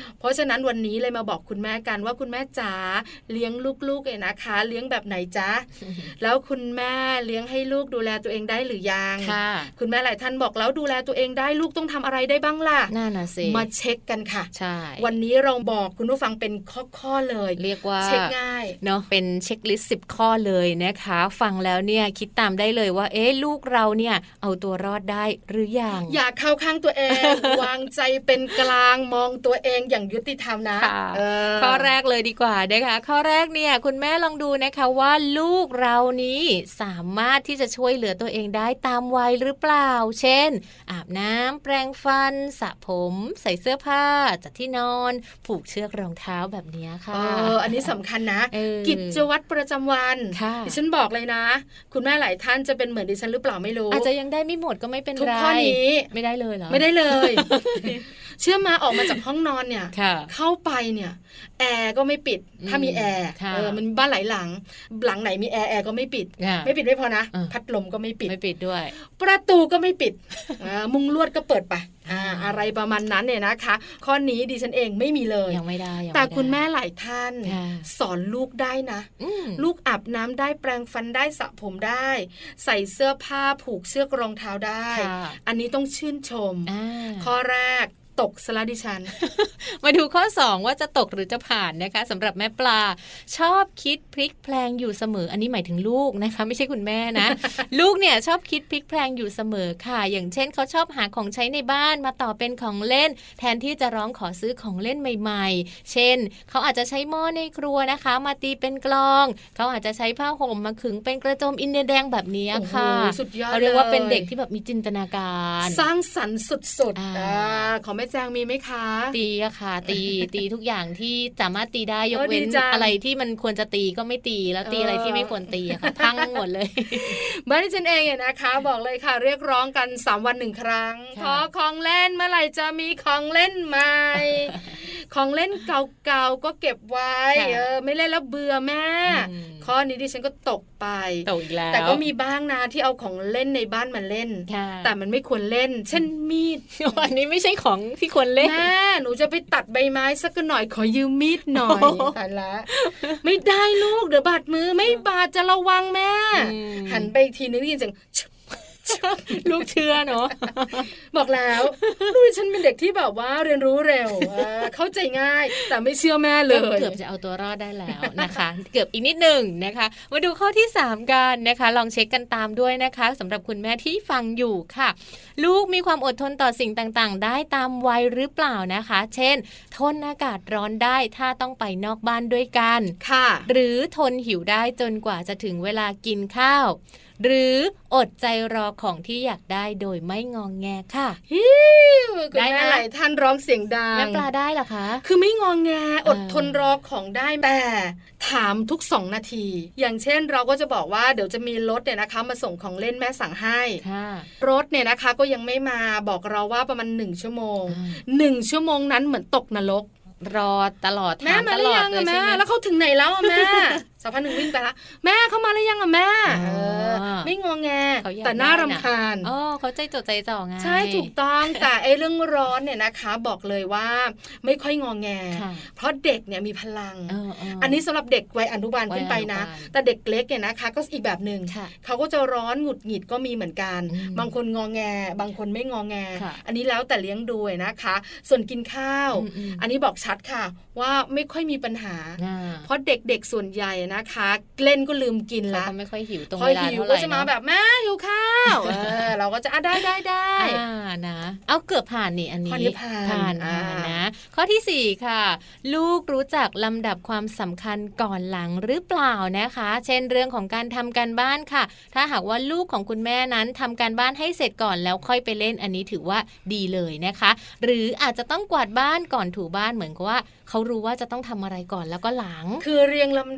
เพราะฉะนั้นวันนี้เลยมาบอกคุณแม่กันว่าคุณแม่จ๋าเลี้ยงลูกๆเองนะคะเลี้ยงแบบไหนจ๊ะ แล้วคุณแม่เลี้ยงให้ลูกดูแลตัวเองได้หรือยังคุณแม่หลายท่านบอกแล้วดูแลตัวเองได้ลูกต้องทำอะไรได้บ้างล่ะน่าน่ะสิมาเช็คกันค่ะใช่วันนี้เราบอกคุณผู้ฟังเป็นข้อๆเลยเรียกว่าเช็คง่ายเนาะเป็นเช็คลิสต์สิบข้อเลยนะคะฟังแล้วเนี่ยคิดตามได้เลยว่าเอ๊ะลูกเราเนี่ยเอาตัวรอดได้หรือยังอย่าเข้าข้างตัวเอง วางใจเป็นกลางมองตัวเองอย่างยุติธรรมนะข้อแรกเลยดีกว่านะคะข้อแรกเนี่ยคุณแม่ลองดูนะคะว่าลูกเรานี้สามารถที่จะช่วยเหลือตัวเองได้ตามวัยหรือเปล่าเช่นอาบน้ำแปรงฟันสระผมใส่เสื้อผ้าจัดที่นอนผูกเชือกรองเท้าแบบนี้ค่ะเอออันนี้สำคัญนะกิจวัตรประจำวันดิฉันบอกเลยนะคุณแม่หลายท่านจะเป็นเหมือนดิฉันหรือเปล่าไม่รู้อาจจะยังได้ไม่หมดก็ไม่เป็นไรทุกข้อนี้ไม่ได้เลยเหรอไม่ได้เลย เชื่อมาออกมาจากห้องนอนเนี่ยเข้าไปเนี่ยแอร์ก็ไม่ปิดถ้ามีแอร์เออมันบ้านหลายหลังหลังไหนมีแอร์แอร์ก็ไม่ปิดไม่ปิดไม่พอนะพัดลมก็ไม่ปิดไม่ปิดด้วยประตูก็ไม่ปิดมุงลวดก็เปิดไปอะไรประมาณนั้นเนี่ยนะคะข้อนี้ดิฉันเองไม่มีเลยยังไม่ได้แต่คุณแม่หลายท่านสอนลูกได้นะลูกอาบน้ำได้แปรงฟันได้สระผมได้ใส่เสื้อผ้าผูกเชือกรองเท้าได้อันนี้ต้องชื่นชมข้อแรกตกสละดิฉันมาดูข้อสองว่าจะตกหรือจะผ่านนะคะสำหรับแม่ปลาชอบคิดพลิกแพลงอยู่เสมออันนี้หมายถึงลูกนะคะไม่ใช่คุณแม่นะ ลูกเนี่ยชอบคิดพลิกแพลงอยู่เสมอค่ะอย่างเช่นเขาชอบหาของใช้ในบ้านมาต่อเป็นของเล่นแทนที่จะร้องขอซื้อของเล่นใหม่ๆเช่นเขาอาจจะใช้หม้อในครัวนะคะมาตีเป็นกลองเขาอาจจะใช้ผ้าห่มมาขึงเป็นกระโจมอินเดียแดงแบบนี้ค่ะเขาเรียกว่าเป็นเด็กที่แบบมีจินตนาการสร้างสรรค์สุดๆของแม่แจงมีไหมคะตีอะค่ะตีตีทุกอย่างที่สามารถตีได้ยกเว้นอะไรที่มันควรจะตีก็ไม่ตีแล้วตีอะไรที่ไม่ควรตีอะค่ะพังหมดเลยบ้านที่ฉันเองเนี่ยนะคะบอกเลยค่ะเรียกร้องกันสามวันหนึ่งครั้งขอของเล่นเมื่อไหร่จะมีของเล่นใหม่ของเล่นเก่าๆก็เก็บไว้เออไม่เล่นแล้วเบื่อแม่ข้อนี้ดิฉันก็ตกไปตกอีกแล้วแต่ก็มีบ้างนะที่เอาของเล่นในบ้านมาเล่นแต่มันไม่ควรเล่นเช่นมีดอันนี้ไม่ใช่ของที่ควรเล่นแม่หนูจะไปตัดใบไม้สักหน่อยขอยืมมีดหน่อยแต่ละไม่ได้ลูกเดี๋ยวบาดมือไม่บาดจะระวังแม่หันไปทีนึงได้ยินเสียงลูกเชื่อเนาะบอกแล้วลูกฉันเป็นเด็กที่แบบว่าเรียนรู้เร็วเข้าใจง่ายแต่ไม่เชื่อแม่เลยเกือบจะเอาตัวรอดได้แล้วนะคะเกือบอีกนิดหนึ่งนะคะมาดูข้อที่สามกันนะคะลองเช็คกันตามด้วยนะคะสำหรับคุณแม่ที่ฟังอยู่ค่ะลูกมีความอดทนต่อสิ่งต่างๆได้ตามวัยหรือเปล่านะคะเช่นทนอากาศร้อนได้ถ้าต้องไปนอกบ้านด้วยกันค่ะหรือทนหิวได้จนกว่าจะถึงเวลากินข้าวหรืออดใจรอของที่อยากได้โดยไม่งองแงค่ะได้นะหลายท่านร้องเสียงดังแม่ปลาได้เหรอคะคือไม่งองแงอดทนรอของได้แต่ถามทุกสองนาทีอย่างเช่นเราก็จะบอกว่าเดี๋ยวจะมีรถเนี่ยนะคะมาส่งของเล่นแม่สั่งให้รถเนี่ยนะคะก็ยังไม่มาบอกเราว่าประมาณหนึ่งชั่วโมงหนึ่งชั่วโมงนั้นเหมือนตกนรกรอตลอดแม่มาหรือยังอะแม่แล้วเขาถึงไหนแล้วอะแม่สักพักหนึ่งวิ่งไปละแม่เข้ามาหรือยังอะแม่ไม่งอแงแต่น่ารำคาญอ๋อเขาใจจดใจจ่อไงใช่ถูกต้องแต่ไอ้เรื่องร้อนเนี่ยนะคะบอกเลยว่าไม่ค่อยงอแงเพราะเด็กเนี่ยมีพลังอันนี้สำหรับเด็กวัยอนุบาลขึ้นไปนะแต่เด็กเล็กเนี่ยนะคะก็อีกแบบนึงเขาก็จะร้อนหงุดหงิดก็มีเหมือนกันบางคนงอแงบางคนไม่งอแงอันนี้แล้วแต่เลี้ยงดูนะคะส่วนกินข้าวอันนี้บอกชัดค่ะว่าไม่ค่อยมีปัญหาเพราะเด็กๆส่วนใหญ่นะคะเล่นก็ลืมกินละไม่ค่อยหิวตรงเวลาเท่าไหร่ก็จะมาแบบแม่หิวข้าวเออเราก็จะอ่ะได้ได้ได้นะเอาเกือบผ่านนี่อันนี้ผ่านนะข้อที่สี่ค่ะลูกรู้จักลำดับความสำคัญก่อนหลังหรือเปล่านะคะเช่นเรื่องของการทำการบ้านค่ะถ้าหากว่าลูกของคุณแม่นั้นทำการบ้านให้เสร็จก่อนแล้วค่อยไปเล่นอันนี้ถือว่าดีเลยนะคะหรืออาจจะต้องกวาดบ้านก่อนถูบ้านเหมือนกับว่าเขารู้ว่าจะต้องทำอะไรก่อนแล้วก็หลังคือเรียงลำดับความ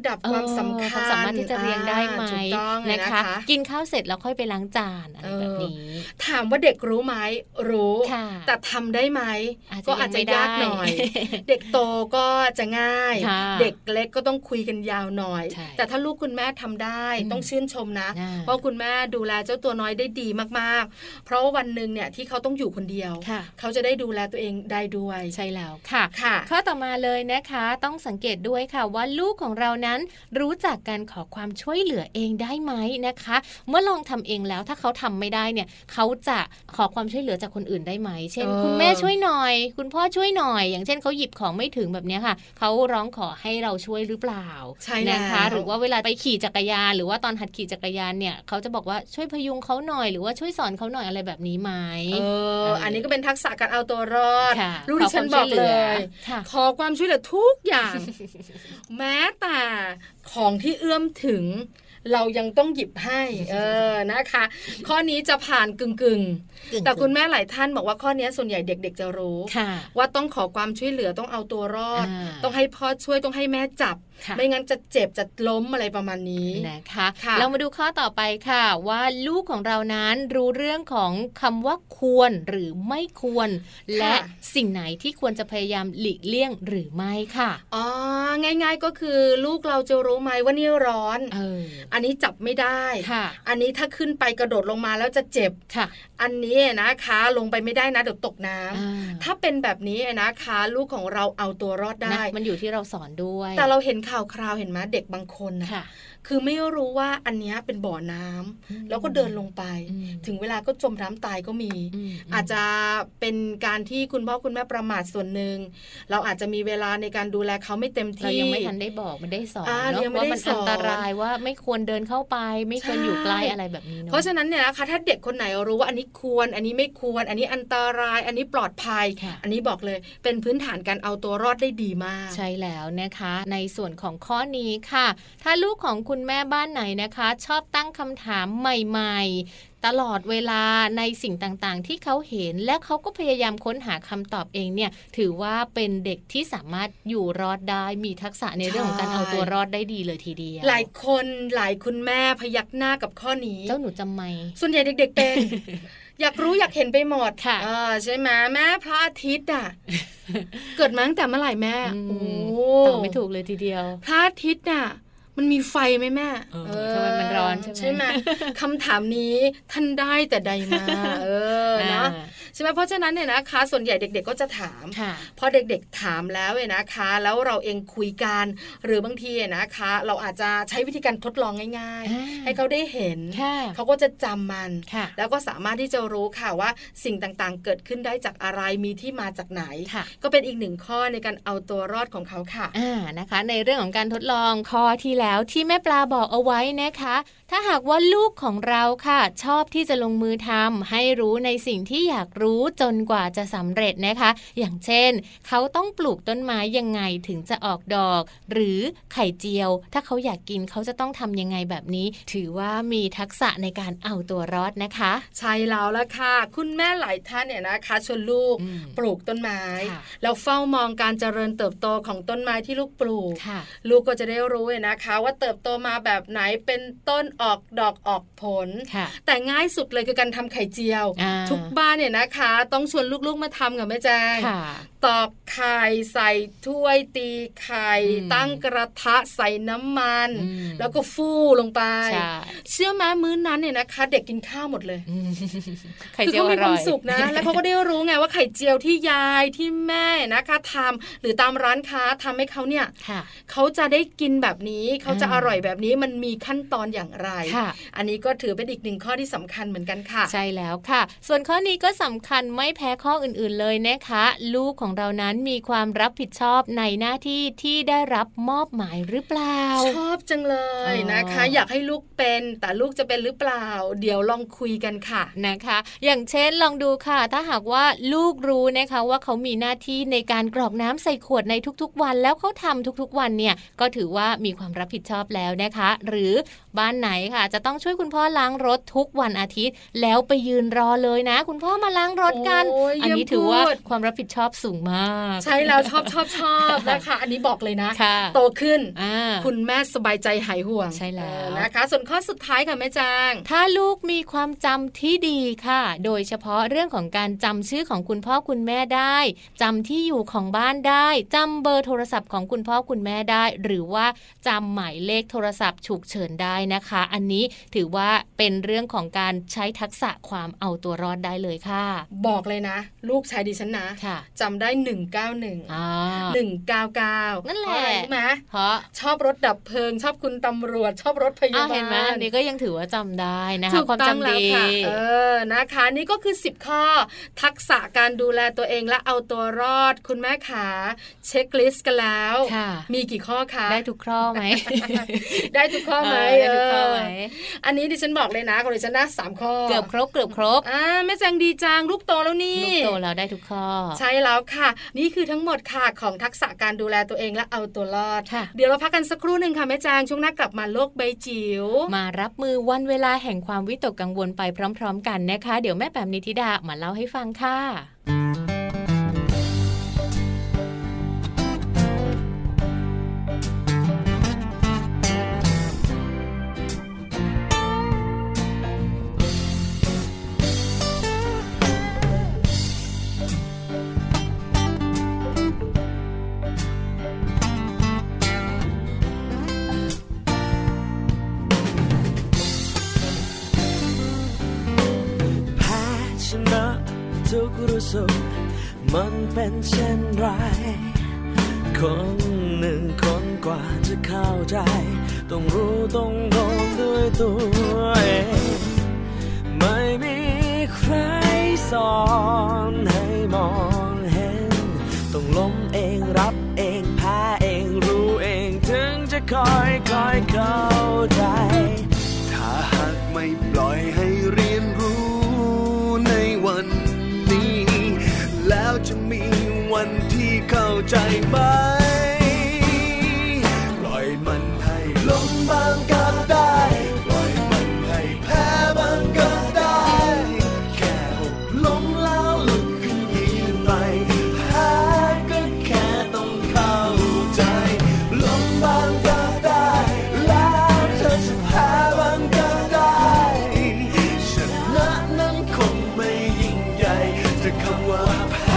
สำคัญความสามารถที่จะเรียงได้ไหมนะคะกินข้าวเสร็จแล้วค่อยไปล้างจานอะไรแบบนี้ถามว่าเด็กรู้ไหมรู้แต่ทำได้ไหมก็อาจจะยากหน่อยเด็กโตก็จะง่ายเด็กเล็กก็ต้องคุยกันยาวหน่อยแต่ถ้าลูกคุณแม่ทำได้ต้องชื่นชมนะเพราะคุณแม่ดูแลเจ้าตัวน้อยได้ดีมากๆเพราะว่าวันนึงเนี่ยที่เขาต้องอยู่คนเดียวเขาจะได้ดูแลตัวเองได้ด้วยใช่แล้วค่ะข้อต่อมาเลยนะคะต้องสังเกตด้วยค่ะว่าลูกของเรานั้นรู้จักการขอความช่วยเหลือเองได้ไหมนะคะเมื่อลองทำเองแล้วถ้าเขาทำไม่ได้เนี่ยเขาจะขอความช่วยเหลือจากคนอื่นได้ไหมเช่นคุณแม่ช่วยหน่อยคุณพ่อช่วยหน่อยอย่างเช่นเขาหยิบของไม่ถึงแบบนี้ค่ะเขาร้องขอให้เราช่วยหรือเปล่าใช่นะคะหรือว่าเวลาไปขี่จักรยานหรือว่าตอนหัดขี่จักรยานเนี่ยเขาจะบอกว่าช่วยพยุงเขาหน่อยหรือว่าช่วยสอนเขาหน่อยอะไรแบบนี้ไหมเอออันนี้ก็เป็นทักษะการเอาตัวรอดลูกที่ฉันบอกเลยขอความช่วยเหลือทุกอย่าง แม้แต่ของที่เอื้อมถึงเรายังต้องหยิบให้เออนะคะข้อนี้จะผ่านกึ่งกึ่งแต่คุณแม่หลายท่านบอกว่าข้อนี้ส่วนใหญ่เด็กๆจะรู้ว่าต้องขอความช่วยเหลือต้องเอาตัวรอดต้องให้พ่อช่วยต้องให้แม่จับไม่งั้นจะเจ็บจะล้มอะไรประมาณนี้นะคะเรามาดูข้อต่อไปค่ะว่าลูกของเรานั้นรู้เรื่องของคำว่าควรหรือไม่ควรและสิ่งไหนที่ควรจะพยายามหลีกเลี่ยงหรือไม่ค่ะอ๋อง่ายๆก็คือลูกเราจะรู้ไหมว่านี่ร้อนเอออันนี้จับไม่ได้อันนี้ถ้าขึ้นไปกระโดดลงมาแล้วจะเจ็บอันนี้นะคะลงไปไม่ได้นะเดี๋ยวตกน้ำถ้าเป็นแบบนี้นะคะลูกของเราเอาตัวรอดได้มันอยู่ที่เราสอนด้วยแต่เราเห็นข่าวคราวเห็นไหมเด็กบางคนนะคือไม่รู้ว่าอันนี้เป็นบ่อน้ำแล้วก็เดินลงไปถึงเวลาก็จมน้ำตายก็มีอาจจะเป็นการที่คุณพ่อคุณแม่ประมาทส่วนหนึ่งเราอาจจะมีเวลาในการดูแลเขาไม่เต็มที่เรายังไม่ทันได้บอกมันได้สอนเนาะว่ามันอันตรายว่าไม่ควรเดินเข้าไปไม่ควรอยู่ใกล้อะไรแบบนี้เนาะเพราะฉะนั้นเนี่ยนะคะถ้าเด็กคนไหนรู้ว่าอันนี้ควรอันนี้ไม่ควรอันนี้อันตรายอันนี้ปลอดภัยอันนี้บอกเลยเป็นพื้นฐานการเอาตัวรอดได้ดีมากใช่แล้วนะคะในส่วนของข้อนี้ค่ะถ้าลูกของคุณแม่บ้านไหนนะคะชอบตั้งคำถามใหม่ๆตลอดเวลาในสิ่งต่างๆที่เขาเห็นและเขาก็พยายามค้นหาคำตอบเองเนี่ยถือว่าเป็นเด็กที่สามารถอยู่รอดได้มีทักษะในเรื่องของการเอาตัวรอดได้ดีเลยทีเดียวหลายคนหลายคุณแม่พยักหน้ากับข้อนี้เจ้าหนูจำไม่ส่วนใหญ่เด็กๆเป็น อยากรู้อยากเห็นไปหมดค่ะใช่ไหมแม่พระอาทิตย์อ่ะ เกิดมาตั้งแต่เมื่อไหร่แม่โอ้ตอบไม่ถูกเลยทีเดียวพระอาทิตย์อ่ะมันมีไฟไหมแม่เออทำไมมันร้อนใช่ไหมใช่ไหมคำถามนี้ท่านได้แต่ใดมาเออเนาะใช่ไหมเพราะฉะนั้นเนี่ยนะคะส่วนใหญ่เด็กๆก็จะถามพอเด็กๆถามแล้วเนี่ยนะคะแล้วเราเองคุยกันหรือบางทีนะคะเราอาจจะใช้วิธีการทดลองง่ายๆให้เขาได้เห็นเขาก็จะจำมันแล้วก็สามารถที่จะรู้ค่ะว่าสิ่งต่างๆเกิดขึ้นได้จากอะไรมีที่มาจากไหนก็เป็นอีกหนึ่งข้อในการเอาตัวรอดของเขาค่ะอ่านะคะในเรื่องของการทดลองข้อที่แล้วที่แม่ปลาบอกเอาไว้นะคะถ้าหากว่าลูกของเราค่ะชอบที่จะลงมือทำให้รู้ในสิ่งที่อยากรู้จนกว่าจะสำเร็จนะคะอย่างเช่นเขาต้องปลูกต้นไม้ยังไงถึงจะออกดอกหรือไข่เจียวถ้าเขาอยากกินเขาจะต้องทำยังไงแบบนี้ถือว่ามีทักษะในการเอาตัวรอดนะคะใช่แล้วล่ะค่ะคุณแม่หลายท่านเนี่ยนะคะชวนลูกปลูกต้นไม้แล้วเฝ้ามองการเจริญเติบโตของต้นไม้ที่ลูกปลูกลูกก็จะได้รู้นะคะว่าเติบโตมาแบบไหนเป็นต้นออกดอกออกผลแต่ง่ายสุดเลยคือการทำไข่เจียวทุกบ้านเนี่ยนะคะต้องชวนลูกๆมาทำกับแม่แจ้งตอกไข่ใส่ถ้วยตีไข่ตั้งกระทะใส่น้ำมันแล้วก็ฟู่ลงไปเชื่อไหมมื้อนั้นเนี่ยนะคะเด็กกินข้าวหมดเลยคือเขามีความสุขนะแล้วเขาก็ได้รู้ไงว่าไข่เจียวที่ยายที่แม่นะคะทำหรือตามร้านค้าทำให้เขาเนี่ยเขาจะได้กินแบบนี้เขาจะอร่อยแบบนี้มันมีขั้นตอนอย่างไรอันนี้ก็ถือเป็นอีกหนึ่งข้อที่สำคัญเหมือนกันค่ะใช่แล้วค่ะส่วนข้อนี้ก็สำคัญไม่แพ้ข้ออื่นๆเลยนะคะลูกของเรานั้นมีความรับผิดชอบในหน้าที่ที่ได้รับมอบหมายหรือเปล่าชอบจังเลยนะคะอยากให้ลูกเป็นแต่ลูกจะเป็นหรือเปล่าเดี๋ยวลองคุยกันค่ะนะคะอย่างเช่นลองดูค่ะถ้าหากว่าลูกรู้นะคะว่าเขามีหน้าที่ในการกรอกน้ำใส่ขวดในทุกๆวันแล้วเขาทำทุกๆวันเนี่ยก็ถือว่ามีความรับผิดชอบแล้วนะคะหรือบ้านไหนค่ะจะต้องช่วยคุณพ่อล้างรถทุกวันอาทิตย์แล้วไปยืนรอเลยนะคุณพ่อมาล้างรถกันอันนี้ถือว่าความรับผิดชอบสูงมากใช่แล้วชอบชอบชอบนะคะอันนี้บอกเลยนะโตขึ้นคุณแม่สบายใจหายห่วงใช่แล้วนะคะส่วนข้อสุดท้ายค่ะแม่จางถ้าลูกมีความจำที่ดีค่ะโดยเฉพาะเรื่องของการจำชื่อของคุณพ่อคุณแม่ได้จำที่อยู่ของบ้านได้จำเบอร์โทรศัพท์ของคุณพ่อคุณแม่ได้หรือว่าจำหมายเลขโทรศัพท์ฉุกเฉินได้นะคะอันนี้ถือว่าเป็นเรื่องของการใช้ทักษะความเอาตัวรอดได้เลยค่ะบอกเลยนะลูกชายดิฉันนะจำได้หนึ่งเก้าหนึ่ง หนึ่งเก้าเก้านั่นแหละใช่ไหมเพราะชอบรถดับเพลิงชอบคุณตำรวจชอบรถพยาบาลเห็นไหมนี่ก็ยังถือว่าจำได้นะคะความจำดีเออนะคะนี่ก็คือสิบข้อทักษะการดูแลตัวเองและเอาตัวรอดคุณแม่ขาเช็คลิสต์กันแล้วมีกี่ข้อคะได้ทุกข้อไหมได้ทุกข้อไหมได้ทุกข้อไหมอันนี้ดิฉันบอกเลยนะของดิฉันได้สามข้อเกือบครบเกือบครบอ่าแม่แจงดีจังลูกโตแล้วนี่ลูกโตแล้วได้ทุกข้อใช่แล้วค่ะนี่คือทั้งหมดค่ะของทักษะการดูแลตัวเองและเอาตัวรอดเดี๋ยวเราพักกันสักครู่นึงค่ะแม่แจงช่วงหน้ากลับมาโลกใบจิ๋วมารับมือวันเวลาแห่งความวิตกกังวลไปพร้อมๆกันนะคะเดี๋ยวแม่แปมนิธิดามาเล่าให้ฟังค่ะทุกรู้สึกมันเป็นเช่นไรคนหนึ่งคนกว่าจะเข้าใจต้องรู้ต้องโดนด้วยตัวเองไม่มีใครสอนให้มองเห็นต้องล้มเองรับเองแพ้เองรู้เองถึงจะค่อยค่อยเข้าใจถ้าหากไม่ปล่อยให้เรียนรู้ในวันแล้วจะมีวันที่เข้าใจไหมปล่อยมันให้ล้มบ้างก็ได้ปล่อยมันให้แพ้บ้างก็ได้แค่หกล้มแล้วลุกขึ้นยืนใหม่แพ้ก็แค่ต้องเข้าใจล้มบ้างก็ได้แล้วเธอจะแพ้บ้างก็ได้ชนะนั้นคงไม่ยิ่งใหญ่แต่คำว่า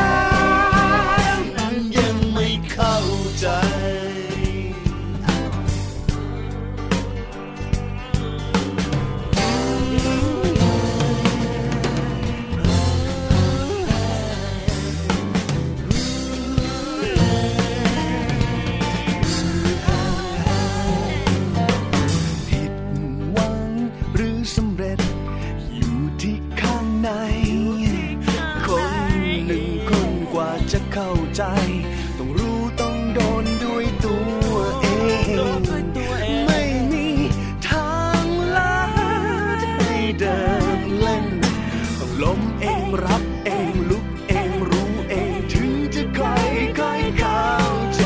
เข้าใจต้องรู้ต้องโดนด้วยตัวเองไม่มีทางลัดให้เดินเล่นต้องล้มเองรับเองลุกเองรู้เองถึงจะค่อยค่อยเข้าใจ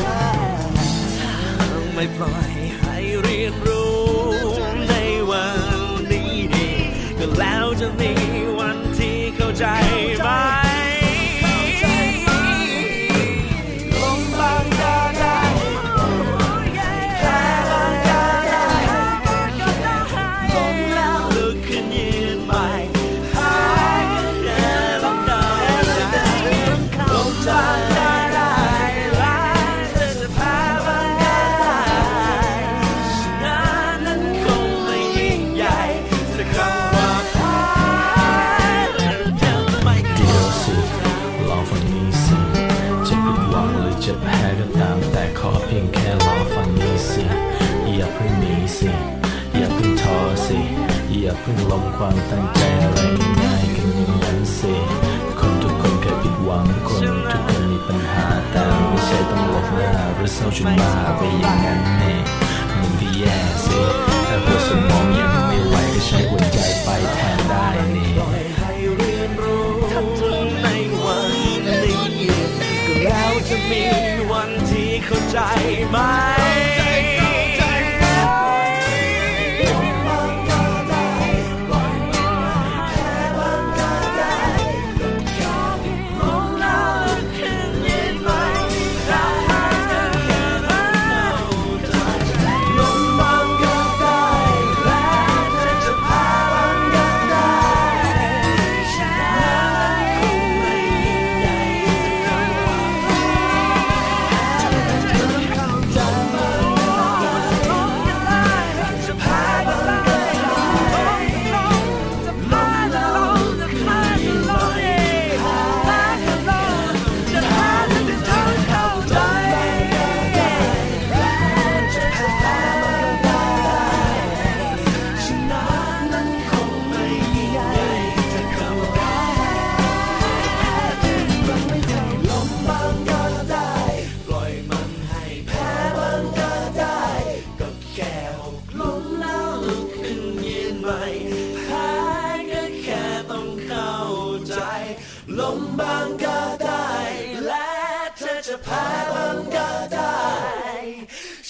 ไม่ปล่อยให้เรียนรู้ในวันนี้ก็แล้วจะมีวันที่เข้าใจไหมอย่าเพิ่งล้มความตั้งใจอะไรง่ายๆกันอย่างนั้นสิคนทุกคนเคยผิดหวังคนทุกคนมีปัญหาแต่ไม่ใช่ต้องหลบหน้าหรือเศร้าจนมาไปอย่างนั้นนี่มันก็แย่สิแต่หัวสมองยังไม่ไหวก็ใช้หัวใจไปแทนได้นี่ปล่อยให้เรียนรู้ในวันนี้ก็แล้วจะมีวันที่เข้าใจไหมเ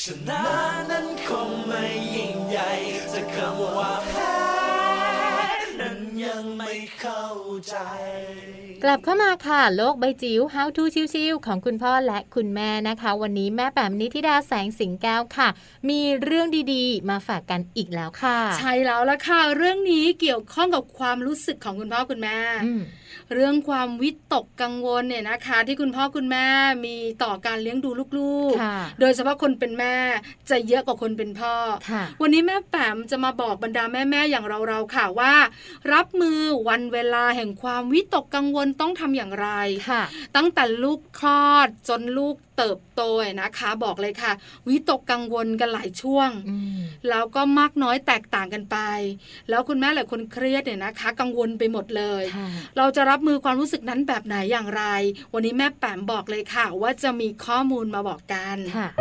ชนะนั้นคงไม่ยิ่งใหญ่แต่คำว่าแพ้นั้นยังไม่เข้าใจกลับเข้ามาค่ะโลกใบจิ๋ว How to ชิวๆของคุณพ่อและคุณแม่นะคะวันนี้แม่แป๋มนิธิดาแสงสิงแก้วค่ะมีเรื่องดีๆมาฝากกันอีกแล้วค่ะใช่แล้วล่ะค่ะเรื่องนี้เกี่ยวข้องกับความรู้สึกของคุณพ่อคุณแม่เรื่องความวิตกกังวลเนี่ยนะคะที่คุณพ่อคุณแม่มีต่อการเลี้ยงดูลูกๆโดยเฉพาะคนเป็นแม่จะเยอะกว่าคนเป็นพ่อวันนี้แม่แป๋มจะมาบอกบรรดาแม่ๆอย่างเราๆค่ะว่ารับมือวันเวลาแห่งความวิตกกังวลต้องทำอย่างไรตั้งแต่ลูกคลอดจนลูกเติบโตนะคะบอกเลยค่ะวิตกกังวลกันหลายช่วงแล้วก็มากน้อยแตกต่างกันไปแล้วคุณแม่หลายคนเครียดเนี่ยนะคะกังวลไปหมดเลยเราจะรับมือความรู้สึกนั้นแบบไหนอย่างไรวันนี้แม่แป๋มบอกเลยค่ะว่าจะมีข้อมูลมาบอกกัน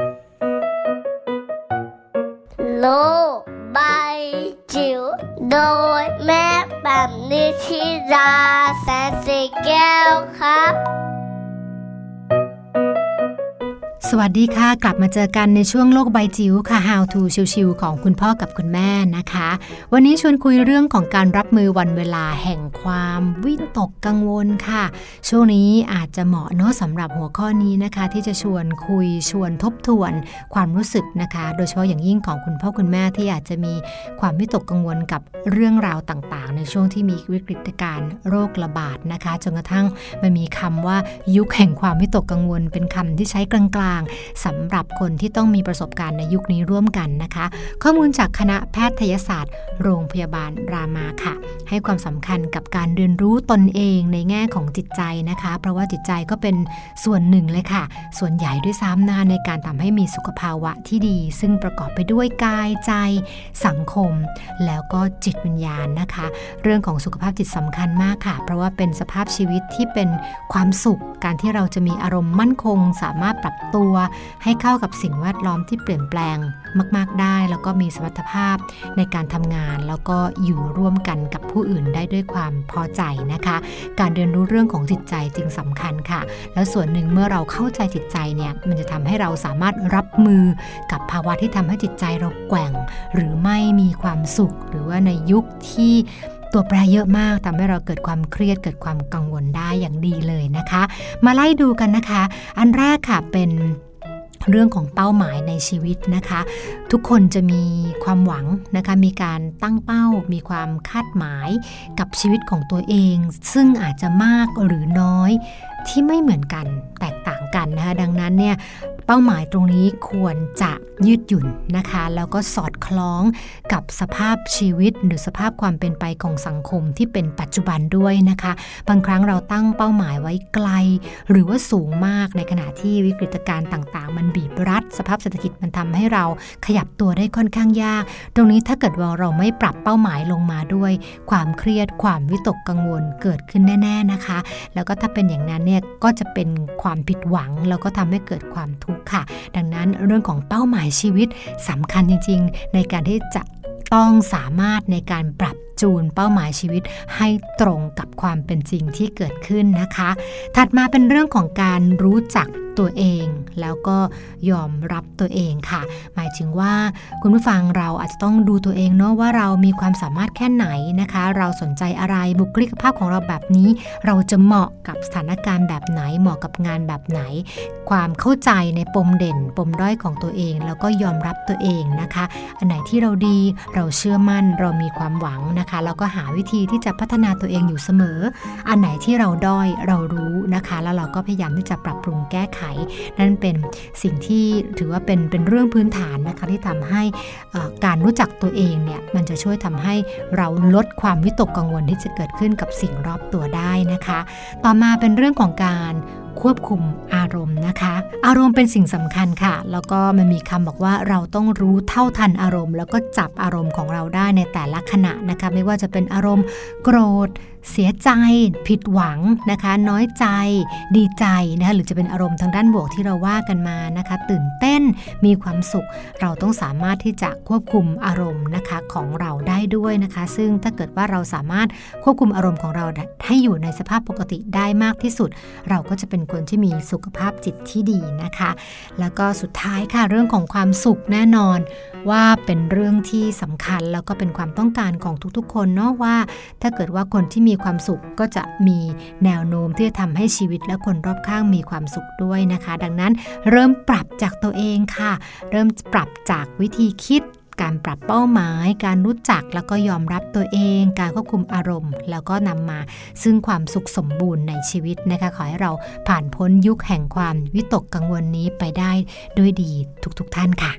โลกใบจิ๋วโดยแม่แป๋มนิธิดาแสนสีแก้วครับสวัสดีค่ะกลับมาเจอกันในช่วงโลกใบจิ๋วค่ะ How to ชิวๆของคุณพ่อกับคุณแม่นะคะวันนี้ชวนคุยเรื่องของการรับมือวันเวลาแห่งความวิตกกังวลค่ะช่วงนี้อาจจะเหมาะเนาะสำหรับหัวข้อนี้นะคะที่จะชวนคุยชวนทบทวนความรู้สึกนะคะโดยเฉพาะอย่างยิ่งของคุณพ่อคุณแม่ที่อาจจะมีความวิตกกังวลกับเรื่องราวต่างๆในช่วงที่มีวิกฤตการณ์โรคระบาดนะคะจนกระทั่งมันมีคำว่ายุคแห่งความวิตกกังวลเป็นคำที่ใช้กลางๆสำหรับคนที่ต้องมีประสบการณ์ในยุคนี้ร่วมกันนะคะข้อมูลจากคณะแพทยศาสตร์โรงพยาบาลรามาค่ะให้ความสำคัญกับการเรียนรู้ตนเองในแง่ของจิตใจนะคะเพราะว่าจิตใจก็เป็นส่วนหนึ่งเลยค่ะส่วนใหญ่ด้วยซ้ำนะคะในการทำให้มีสุขภาวะที่ดีซึ่งประกอบไปด้วยกายใจสังคมแล้วก็จิตวิญญาณนะคะเรื่องของสุขภาพจิตสำคัญมากค่ะเพราะว่าเป็นสภาพชีวิตที่เป็นความสุขการที่เราจะมีอารมณ์มั่นคงสามารถปรับตัวให้เข้ากับสิ่งแวดล้อมที่เปลี่ยนแปลงมากๆได้แล้วก็มีสมรรถภาพในการทำงานแล้วก็อยู่ร่วมกันกับผู้อื่นได้ด้วยความพอใจนะคะการเรียนรู้เรื่องของจิตใจจึงสำคัญค่ะแล้วส่วนหนึ่งเมื่อเราเข้าใจจิตใจเนี่ยมันจะทำให้เราสามารถรับมือกับภาวะที่ทำให้จิตใจเราแกว่งหรือไม่มีความสุขหรือว่าในยุคที่ตัวแปรเยอะมากทำให้เราเกิดความเครียดเกิดความกังวลได้อย่างดีเลยนะคะมาไล่ดูกันนะคะอันแรกค่ะเป็นเรื่องของเป้าหมายในชีวิตนะคะทุกคนจะมีความหวังนะคะมีการตั้งเป้ามีความคาดหมายกับชีวิตของตัวเองซึ่งอาจจะมากหรือน้อยที่ไม่เหมือนกันแตกต่างกันนะคะดังนั้นเนี่ยเป้าหมายตรงนี้ควรจะยืดหยุ่นนะคะแล้วก็สอดคล้องกับสภาพชีวิตหรือสภาพความเป็นไปของสังคมที่เป็นปัจจุบันด้วยนะคะบางครั้งเราตั้งเป้าหมายไว้ไกลหรือว่าสูงมากในขณะที่วิกฤตการณ์ต่างๆมันบีบรัดสภาพเศรษฐกิจมันทำให้เราขยับตัวได้ค่อนข้างยากตรงนี้ถ้าเกิดว่าเราไม่ปรับเป้าหมายลงมาด้วยความเครียดความวิตกกังวลเกิดขึ้นแน่ๆนะคะแล้วก็ถ้าเป็นอย่างนั้นเนี่ยก็จะเป็นความผิดหวังแล้วก็ทำให้เกิดความทุกข์ค่ะดังนั้นเรื่องของเป้าหมายชีวิตสำคัญจริงๆในการที่จะต้องสามารถในการปรับจูนเป้าหมายชีวิตให้ตรงกับความเป็นจริงที่เกิดขึ้นนะคะถัดมาเป็นเรื่องของการรู้จักตัวเองแล้วก็ยอมรับตัวเองค่ะหมายถึงว่าคุณผู้ฟังเราอาจจะต้องดูตัวเองเนาะว่าเรามีความสามารถแค่ไหนนะคะเราสนใจอะไรบุคลิกภาพของเราแบบนี้เราจะเหมาะกับสถานการณ์แบบไหนเหมาะกับงานแบบไหนความเข้าใจในปมเด่นปมด้อยของตัวเองแล้วก็ยอมรับตัวเองนะคะอันไหนที่เราดีเราเชื่อมั่นเรามีความหวังนะคะแล้วก็หาวิธีที่จะพัฒนาตัวเองอยู่เสมออันไหนที่เราด้อยเรารู้นะคะแล้วเราก็พยายามที่จะปรับปรุงแก้ไขนั่นเป็นสิ่งที่ถือว่าเป็นเป็นเรื่องพื้นฐานนะคะที่ทำให้การรู้จักตัวเองเนี่ยมันจะช่วยทำให้เราลดความวิตกกังวลที่จะเกิดขึ้นกับสิ่งรอบตัวได้นะคะต่อมาเป็นเรื่องของการควบคุมอารมณ์นะคะอารมณ์เป็นสิ่งสำคัญค่ะแล้วก็มันมีคำบอกว่าเราต้องรู้เท่าทันอารมณ์แล้วก็จับอารมณ์ของเราได้ในแต่ละขณะนะคะไม่ว่าจะเป็นอารมณ์โกรธเสียใจผิดหวังนะคะน้อยใจดีใจนะคะหรือจะเป็นอารมณ์ทางด้านบวกที่เราว่ากันมานะคะตื่นเต้นมีความสุขเราต้องสามารถที่จะควบคุมอารมณ์นะคะของเราได้ด้วยนะคะซึ่งถ้าเกิดว่าเราสามารถควบคุมอารมณ์ของเราให้อยู่ในสภาพปกติได้มากที่สุดเราก็จะเป็นคนที่มีสุขภาพจิตที่ดีนะคะแล้วก็สุดท้ายค่ะเรื่องของความสุขแน่นอนว่าเป็นเรื่องที่สำคัญแล้วก็เป็นความต้องการของทุกๆคนเนาะว่าถ้าเกิดว่าคนที่มีความสุขก็จะมีแนวโน้มที่จะทำให้ชีวิตและคนรอบข้างมีความสุขด้วยนะคะดังนั้นเริ่มปรับจากตัวเองค่ะเริ่มปรับจากวิธีคิดการปรับเป้าหมายการรู้จักแล้วก็ยอมรับตัวเองการควบคุมอารมณ์แล้วก็นำมาซึ่งความสุขสมบูรณ์ในชีวิตนะคะขอให้เราผ่านพ้นยุคแห่งความวิตกกังวลนี้ไปได้ด้วยดีทุกๆท่านค่ะ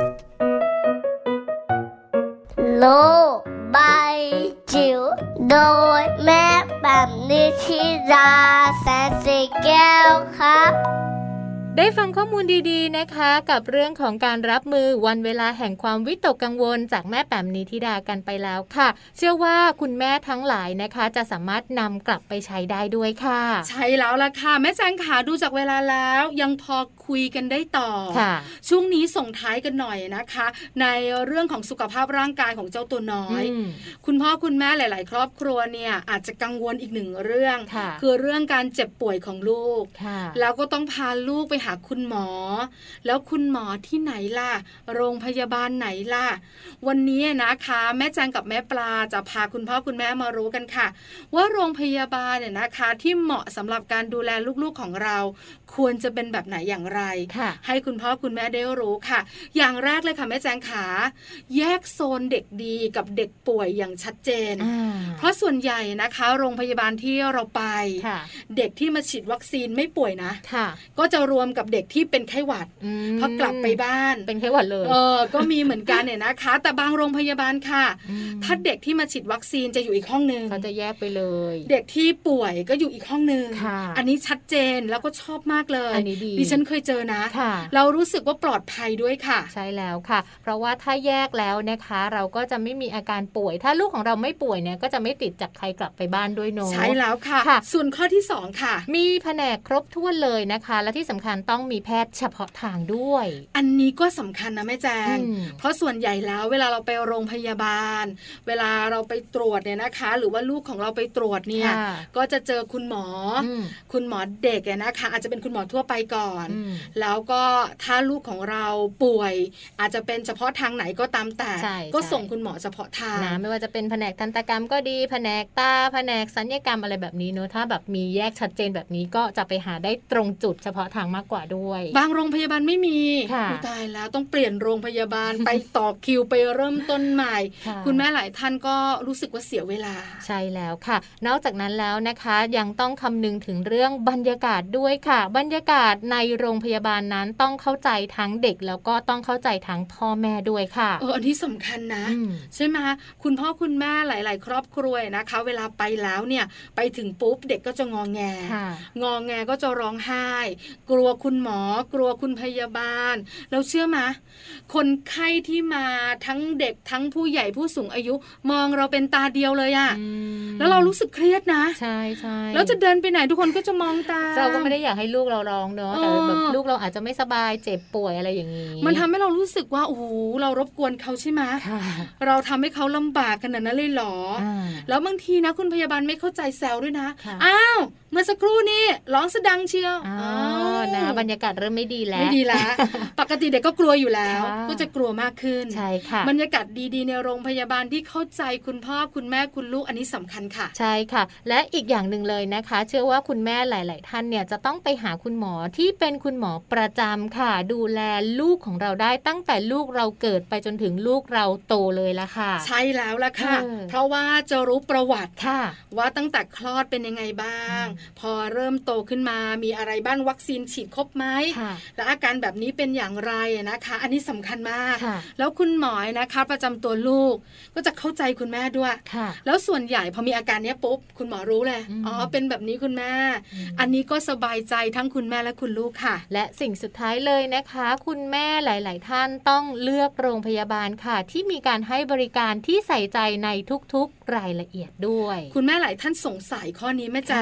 โลกใบจิ๋วโดยแม่แบบนิชิราแสนสีแก้วครับได้ฟังข้อมูลดีๆนะคะกับเรื่องของการรับมือวันเวลาแห่งความวิตกกังวลจากแม่แป๋มนิธิดากันไปแล้วค่ะเชื่อว่าคุณแม่ทั้งหลายนะคะจะสามารถนำกลับไปใช้ได้ด้วยค่ะใช่แล้วล่ะค่ะแม่แจงขาดูจากเวลาแล้วยังพอคุยกันได้ต่อช่วงนี้ส่งท้ายกันหน่อยนะคะในเรื่องของสุขภาพร่างกายของเจ้าตัวน้อยคุณพ่อคุณแม่หลายๆครอบครัวเนี่ยอาจจะกังวลอีกหนึ่งเรื่องคือเรื่องการเจ็บป่วยของลูกแล้วก็ต้องพาลูกไปหาคุณหมอแล้วคุณหมอที่ไหนล่ะโรงพยาบาลไหนล่ะวันนี้นะคะแม่แจงกับแม่ปลาจะพาคุณพ่อคุณแม่มารู้กันค่ะว่าโรงพยาบาลเนี่ยนะคะที่เหมาะสำหรับการดูแลลูกๆของเราควรจะเป็นแบบไหนอย่างไรให้คุณพ่อคุณแม่ได้รู้ค่ะอย่างแรกเลยค่ะแม่แจงขาแยกโซนเด็กดีกับเด็กป่วยอย่างชัดเจนเพราะส่วนใหญ่นะคะโรงพยาบาลที่เราไปเด็กที่มาฉีดวัคซีนไม่ป่วยนะก็จะรวมกับเด็กที่เป็นไข้หวัดพอกลับไปบ้านเป็นไข้หวัดเลยเออก็มีเหมือนกันเนี่ยนะคะแต่บางโรงพยาบาลค่ะถ้าเด็กที่มาฉีดวัคซีนจะอยู่อีกห้องนึงเขาจะแยกไปเลยเด็กที่ป่วยก็อยู่อีกห้องนึงอันนี้ชัดเจนแล้วก็ชอบมากเลยอันนี้ดีดิฉันเคยเจอนะเรารู้สึกว่าปลอดภัยด้วยค่ะใช่แล้วค่ะเพราะว่าถ้าแยกแล้วนะคะเราก็จะไม่มีอาการป่วยถ้าลูกของเราไม่ป่วยเนี่ยก็จะไม่ติดจากใครกลับไปบ้านด้วยเนาะใช่แล้วค่ะส่วนข้อที่สองค่ะมีแผนกครบถ้วนเลยนะคะและที่สำคัญต้องมีแพทย์เฉพาะทางด้วยอันนี้ก็สำคัญนะแม่แจงเพราะส่วนใหญ่แล้วเวลาเราไปโรงพยาบาลเวลาเราไปตรวจเนี่ยนะคะหรือว่าลูกของเราไปตรวจเนี่ยก็จะเจอคุณหมอคุณหมอเด็กเนี่ยนะคะอาจจะเป็นคุณหมอทั่วไปก่อนแล้วก็ถ้าลูกของเราป่วยอาจจะเป็นเฉพาะทางไหนก็ตามแต่ก็ส่งคุณหมอเฉพาะทางนะไม่ว่าจะเป็นแผนกทันตกรรมก็ดีแผนกตาแผนกศัลยกรรมอะไรแบบนี้เนอะถ้าแบบมีแยกชัดเจนแบบนี้ก็จะไปหาได้ตรงจุดเฉพาะทางมากกว่าด้วยบางโรงพยาบาลไม่มีตายแล้วต้องเปลี่ยนโรงพยาบาล ไปต่อคิวไปเริ่มต้นใหม่ คุณแม่หลายท่านก็รู้สึกว่าเสียเวลาใช่แล้วค่ะนอกจากนั้นแล้วนะคะยังต้องคำนึงถึงเรื่องบรรยากาศด้วยค่ะบรรยากาศในโรงพยาบาลนั้นต้องเข้าใจทั้งเด็กแล้วก็ต้องเข้าใจทั้งพ่อแม่ด้วยค่ะเอออันที่สำคัญนะใช่ไหมคุณพ่อคุณแม่หลายๆครอบครัวนะคะเวลาไปแล้วเนี่ยไปถึงปุ๊บเด็กก็จะงอแงงอแงก็จะร้องไห้กลัวคุณหมอกลัวคุณพยาบาลเราเชื่อไหมคนไข้ที่มาทั้งเด็กทั้งผู้ใหญ่ผู้สูงอายุมองเราเป็นตาเดียวเลยอะแล้วเรารู้สึกเครียดนะใช่ใช่แล้วจะเดินไปไหนทุกคนก็จะมองตาเราก็ไม่ได้อยากให้ลูกเราร้องเนอะแต่แบบลูกเราอาจจะไม่สบายเจ็บป่วยอะไรอย่างนี้มันทำให้เรารู้สึกว่าโอ้โหเรารบกวนเขาใช่ไหมเราทำให้เขาลำบากขนาดนั้นเลยหรอแล้วบางทีนะคุณพยาบาลไม่เข้าใจแซวด้วยนะอ้าวเมื่อสักครู่นี้ร้องสะดังเชียวอ๋อนะบรรยากาศเริ่มไม่ดีแล้วไม่ดีแล้วปกติเด็กก็กลัวอยู่แล้วก็จะกลัวมากขึ้นใช่ค่ะบรรยากาศดีๆในโรงพยาบาลที่เข้าใจคุณพ่อคุณแม่คุณลูกอันนี้สำคัญค่ะใช่ค่ะและอีกอย่างหนึ่งเลยนะคะเชื่อว่าคุณแม่หลายๆท่านเนี่ยจะต้องไปหาคุณหมอที่เป็นคุณหมอประจำค่ะดูแลลูกของเราได้ตั้งแต่ลูกเราเกิดไปจนถึงลูกเราโตเลยละค่ะใช่แล้วละค่ะเพราะว่าจะรู้ประวัติค่ะว่าตั้งแต่คลอดเป็นยังไงบ้างพอเริ่มโตขึ้นมามีอะไรบ้างวัคซีนฉีดครบไหมและอาการแบบนี้เป็นอย่างไรนะคะอันนี้สำคัญมากแล้วคุณหมอนะคะประจำตัวลูกก็จะเข้าใจคุณแม่ด้วยแล้วส่วนใหญ่พอมีอาการนี้ปุ๊บคุณหมอรู้เลยอ๋อเป็นแบบนี้คุณแม่อันนี้ก็สบายใจทั้งคุณแม่และคุณลูกค่ะและสิ่งสุดท้ายเลยนะคะคุณแม่หลายๆท่านต้องเลือกโรงพยาบาลค่ะที่มีการให้บริการที่ใส่ใจในทุกๆรายละเอียดด้วยคุณแม่หลายท่านสงสัยข้อนี้แม่แจง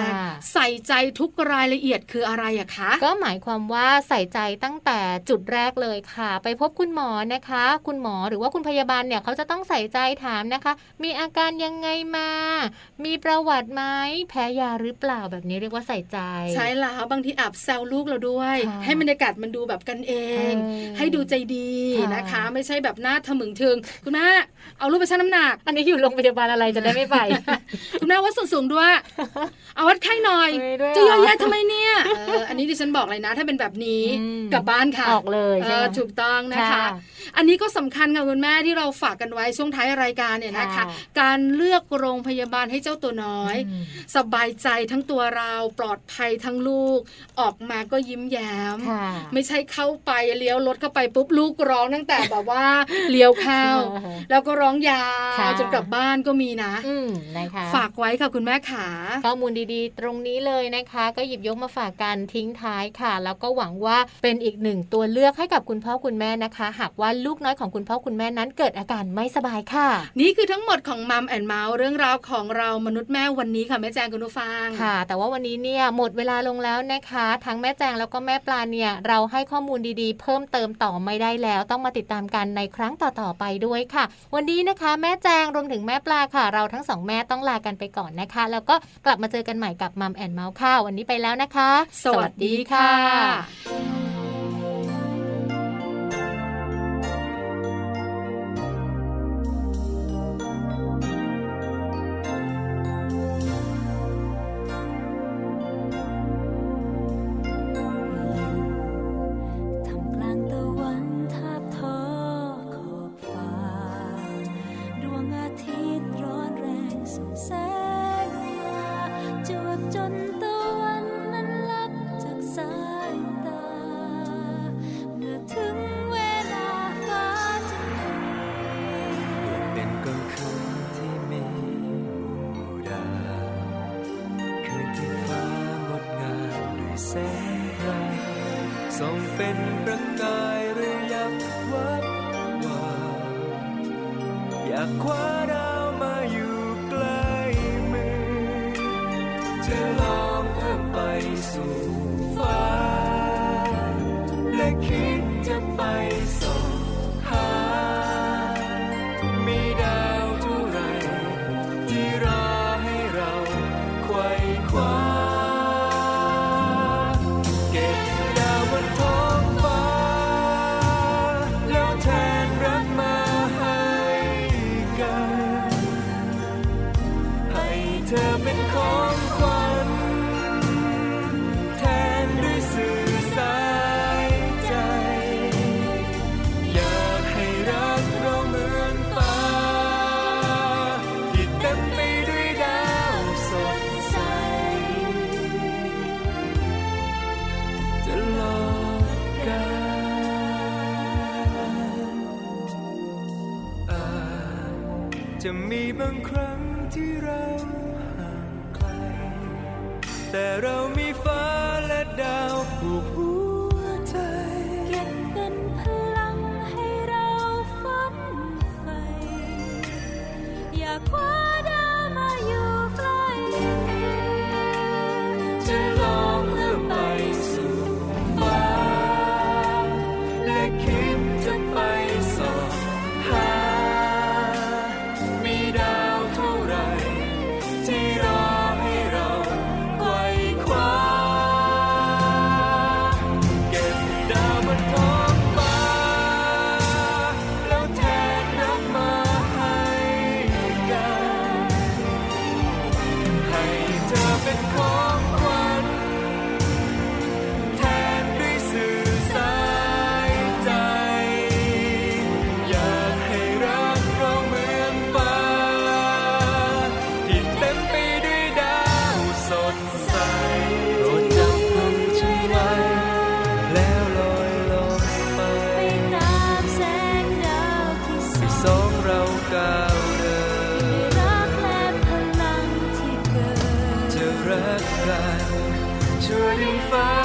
ใส่ใจทุกรายละเอียดคืออะไรอะคะก็หมายความว่าใส่ใจตั้งแต่จุดแรกเลยค่ะไปพบคุณหมอนะคะคุณหมอหรือว่าคุณพยาบาลเนี่ยเขาจะต้องใส่ใจถามนะคะมีอาการยังไงมามีประวัติไหมแพ้ยาหรือเปล่าแบบนี้เรียกว่าใส่ใจใช่แล้วบางทีแอบแซวลูกเราด้วยให้บรรยากาศมันดูแบบกันเองให้ดูใจดีนะคะไม่ใช่แบบหน้าทะมึงทึงคุณแม่เอาลูกไปชั่งน้ำหนักอันนี้อยู่โรงพยาบาลอะไรจะได้ไม่ไปคุณแม่วัดส่วนสูงด้วยเอาวัดไข้หน่อยจะเยอะแยะทำไมเนี่ยอันนี้ดิฉันบอกเลยนะถ้าเป็นแบบนี้กลับบ้านค่ะออกเลยใช่ถูกต้องนะคะอันนี้ก็สำคัญค่ะคุณแม่ที่เราฝากกันไว้ช่วงท้ายรายการเนี่ยนะคะการเลือกโรงพยาบาลให้เจ้าตัวน้อยสบายใจทั้งตัวเราปลอดภัยทั้งลูกออกมาก็ยิ้มแย้มไม่ใช่เข้าไปเลี้ยวรถเข้าไปปุ๊บลูกร้องตั้งแต่แบบว่าเลี้ยวเข้าแล้วก็ร้องยาวจนกลับบ้านก็มีนะนะคะฝากไว้ค่ะคุณแม่ขาข้อมูลดีๆตรงนี้เลยนะคะก็หยิบยกมาฝากกันทิ้งท้ายค่ะแล้วก็หวังว่าเป็นอีกหนึ่งตัวเลือกให้กับคุณพ่อคุณแม่นะคะหากว่าลูกน้อยของคุณพ่อคุณแม่นั้นเกิดอาการไม่สบายค่ะนี่คือทั้งหมดของมัมแอนด์เมาส์เรื่องราวของเรามนุษย์แม่วันนี้ค่ะแม่แจงคุณผู้ฟังค่ะแต่ว่าวันนี้เนี่ยหมดเวลาลงแล้วนะคะทั้งแม่แจงแล้วก็แม่ปลาเนี่ยเราให้ข้อมูลดีๆเพิ่มเติมต่อไม่ได้แล้วต้องมาติดตามกันในครั้งต่อๆไปด้วยค่ะวันนี้นะคะแม่แจงรวมถึงแม่ปลาค่ะเราทั้งสองแม่ต้องลากันไปก่อนนะคะแล้วก็กลับมาเจอกันใหม่กับมัมแอนด์เมาส์ค่ะวันนี้ไปแล้วนะคะสวัสดีค่ะส่งเป็นประกายระยับวับวาอยากคว้าดาวมาอยู่ใกล้มือจะลองเอื้อมไปสู่ฟ้าและคิดจะไปส่องหามีดาวเท่าไรที่รอให้เราไขว่คว้าเธอเป็นของขวัญแทนด้วยสื่อสายใจอยากให้รักเราเหมือนฟ้าที่เต็มไปด้วยดาวสดใสจะหลอกกันอาจจะมีบางครั้งที่เราแต่เรามีฟ้าและดาวผูกหัวใจเก็บเป็นพลังให้เราฝันใฝ่อยากคว้าดาวมาอยู่ใกล้จะลองเอื้อมไปสู่ฟ้าและคิดจะไปส่องหามีดาวเท่าไรที่รอให้เราเป็นของขวัญแทนด้วยสื่อสายใจอยากให้รักเราเหมือนฟ้าที่เต็มไปด้วยดาวสดใสโปรดจับมือฉันไว้แล้วลอยลงไปไปตามแสงดาวที่ส่องเราก้าวเดินรักกันช่วยดินฟ้า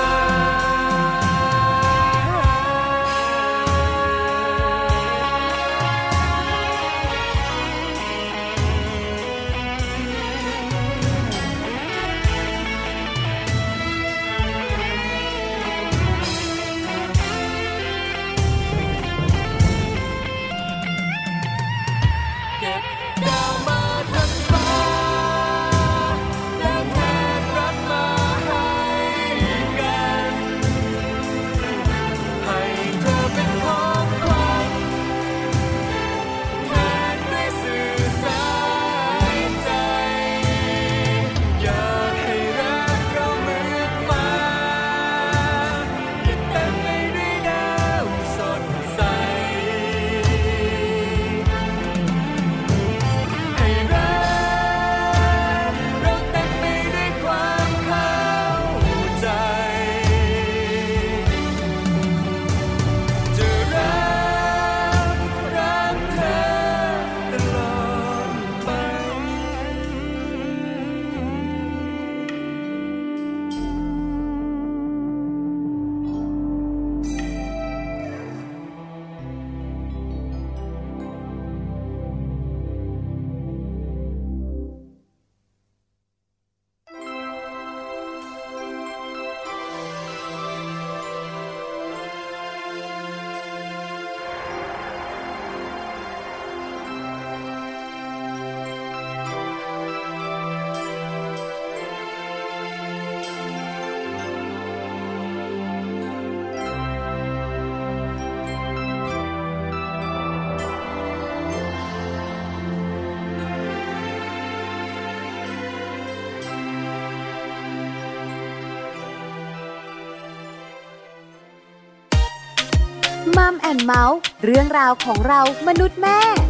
มัมแอนด์เมาส์เรื่องราวของเรามนุษย์แม่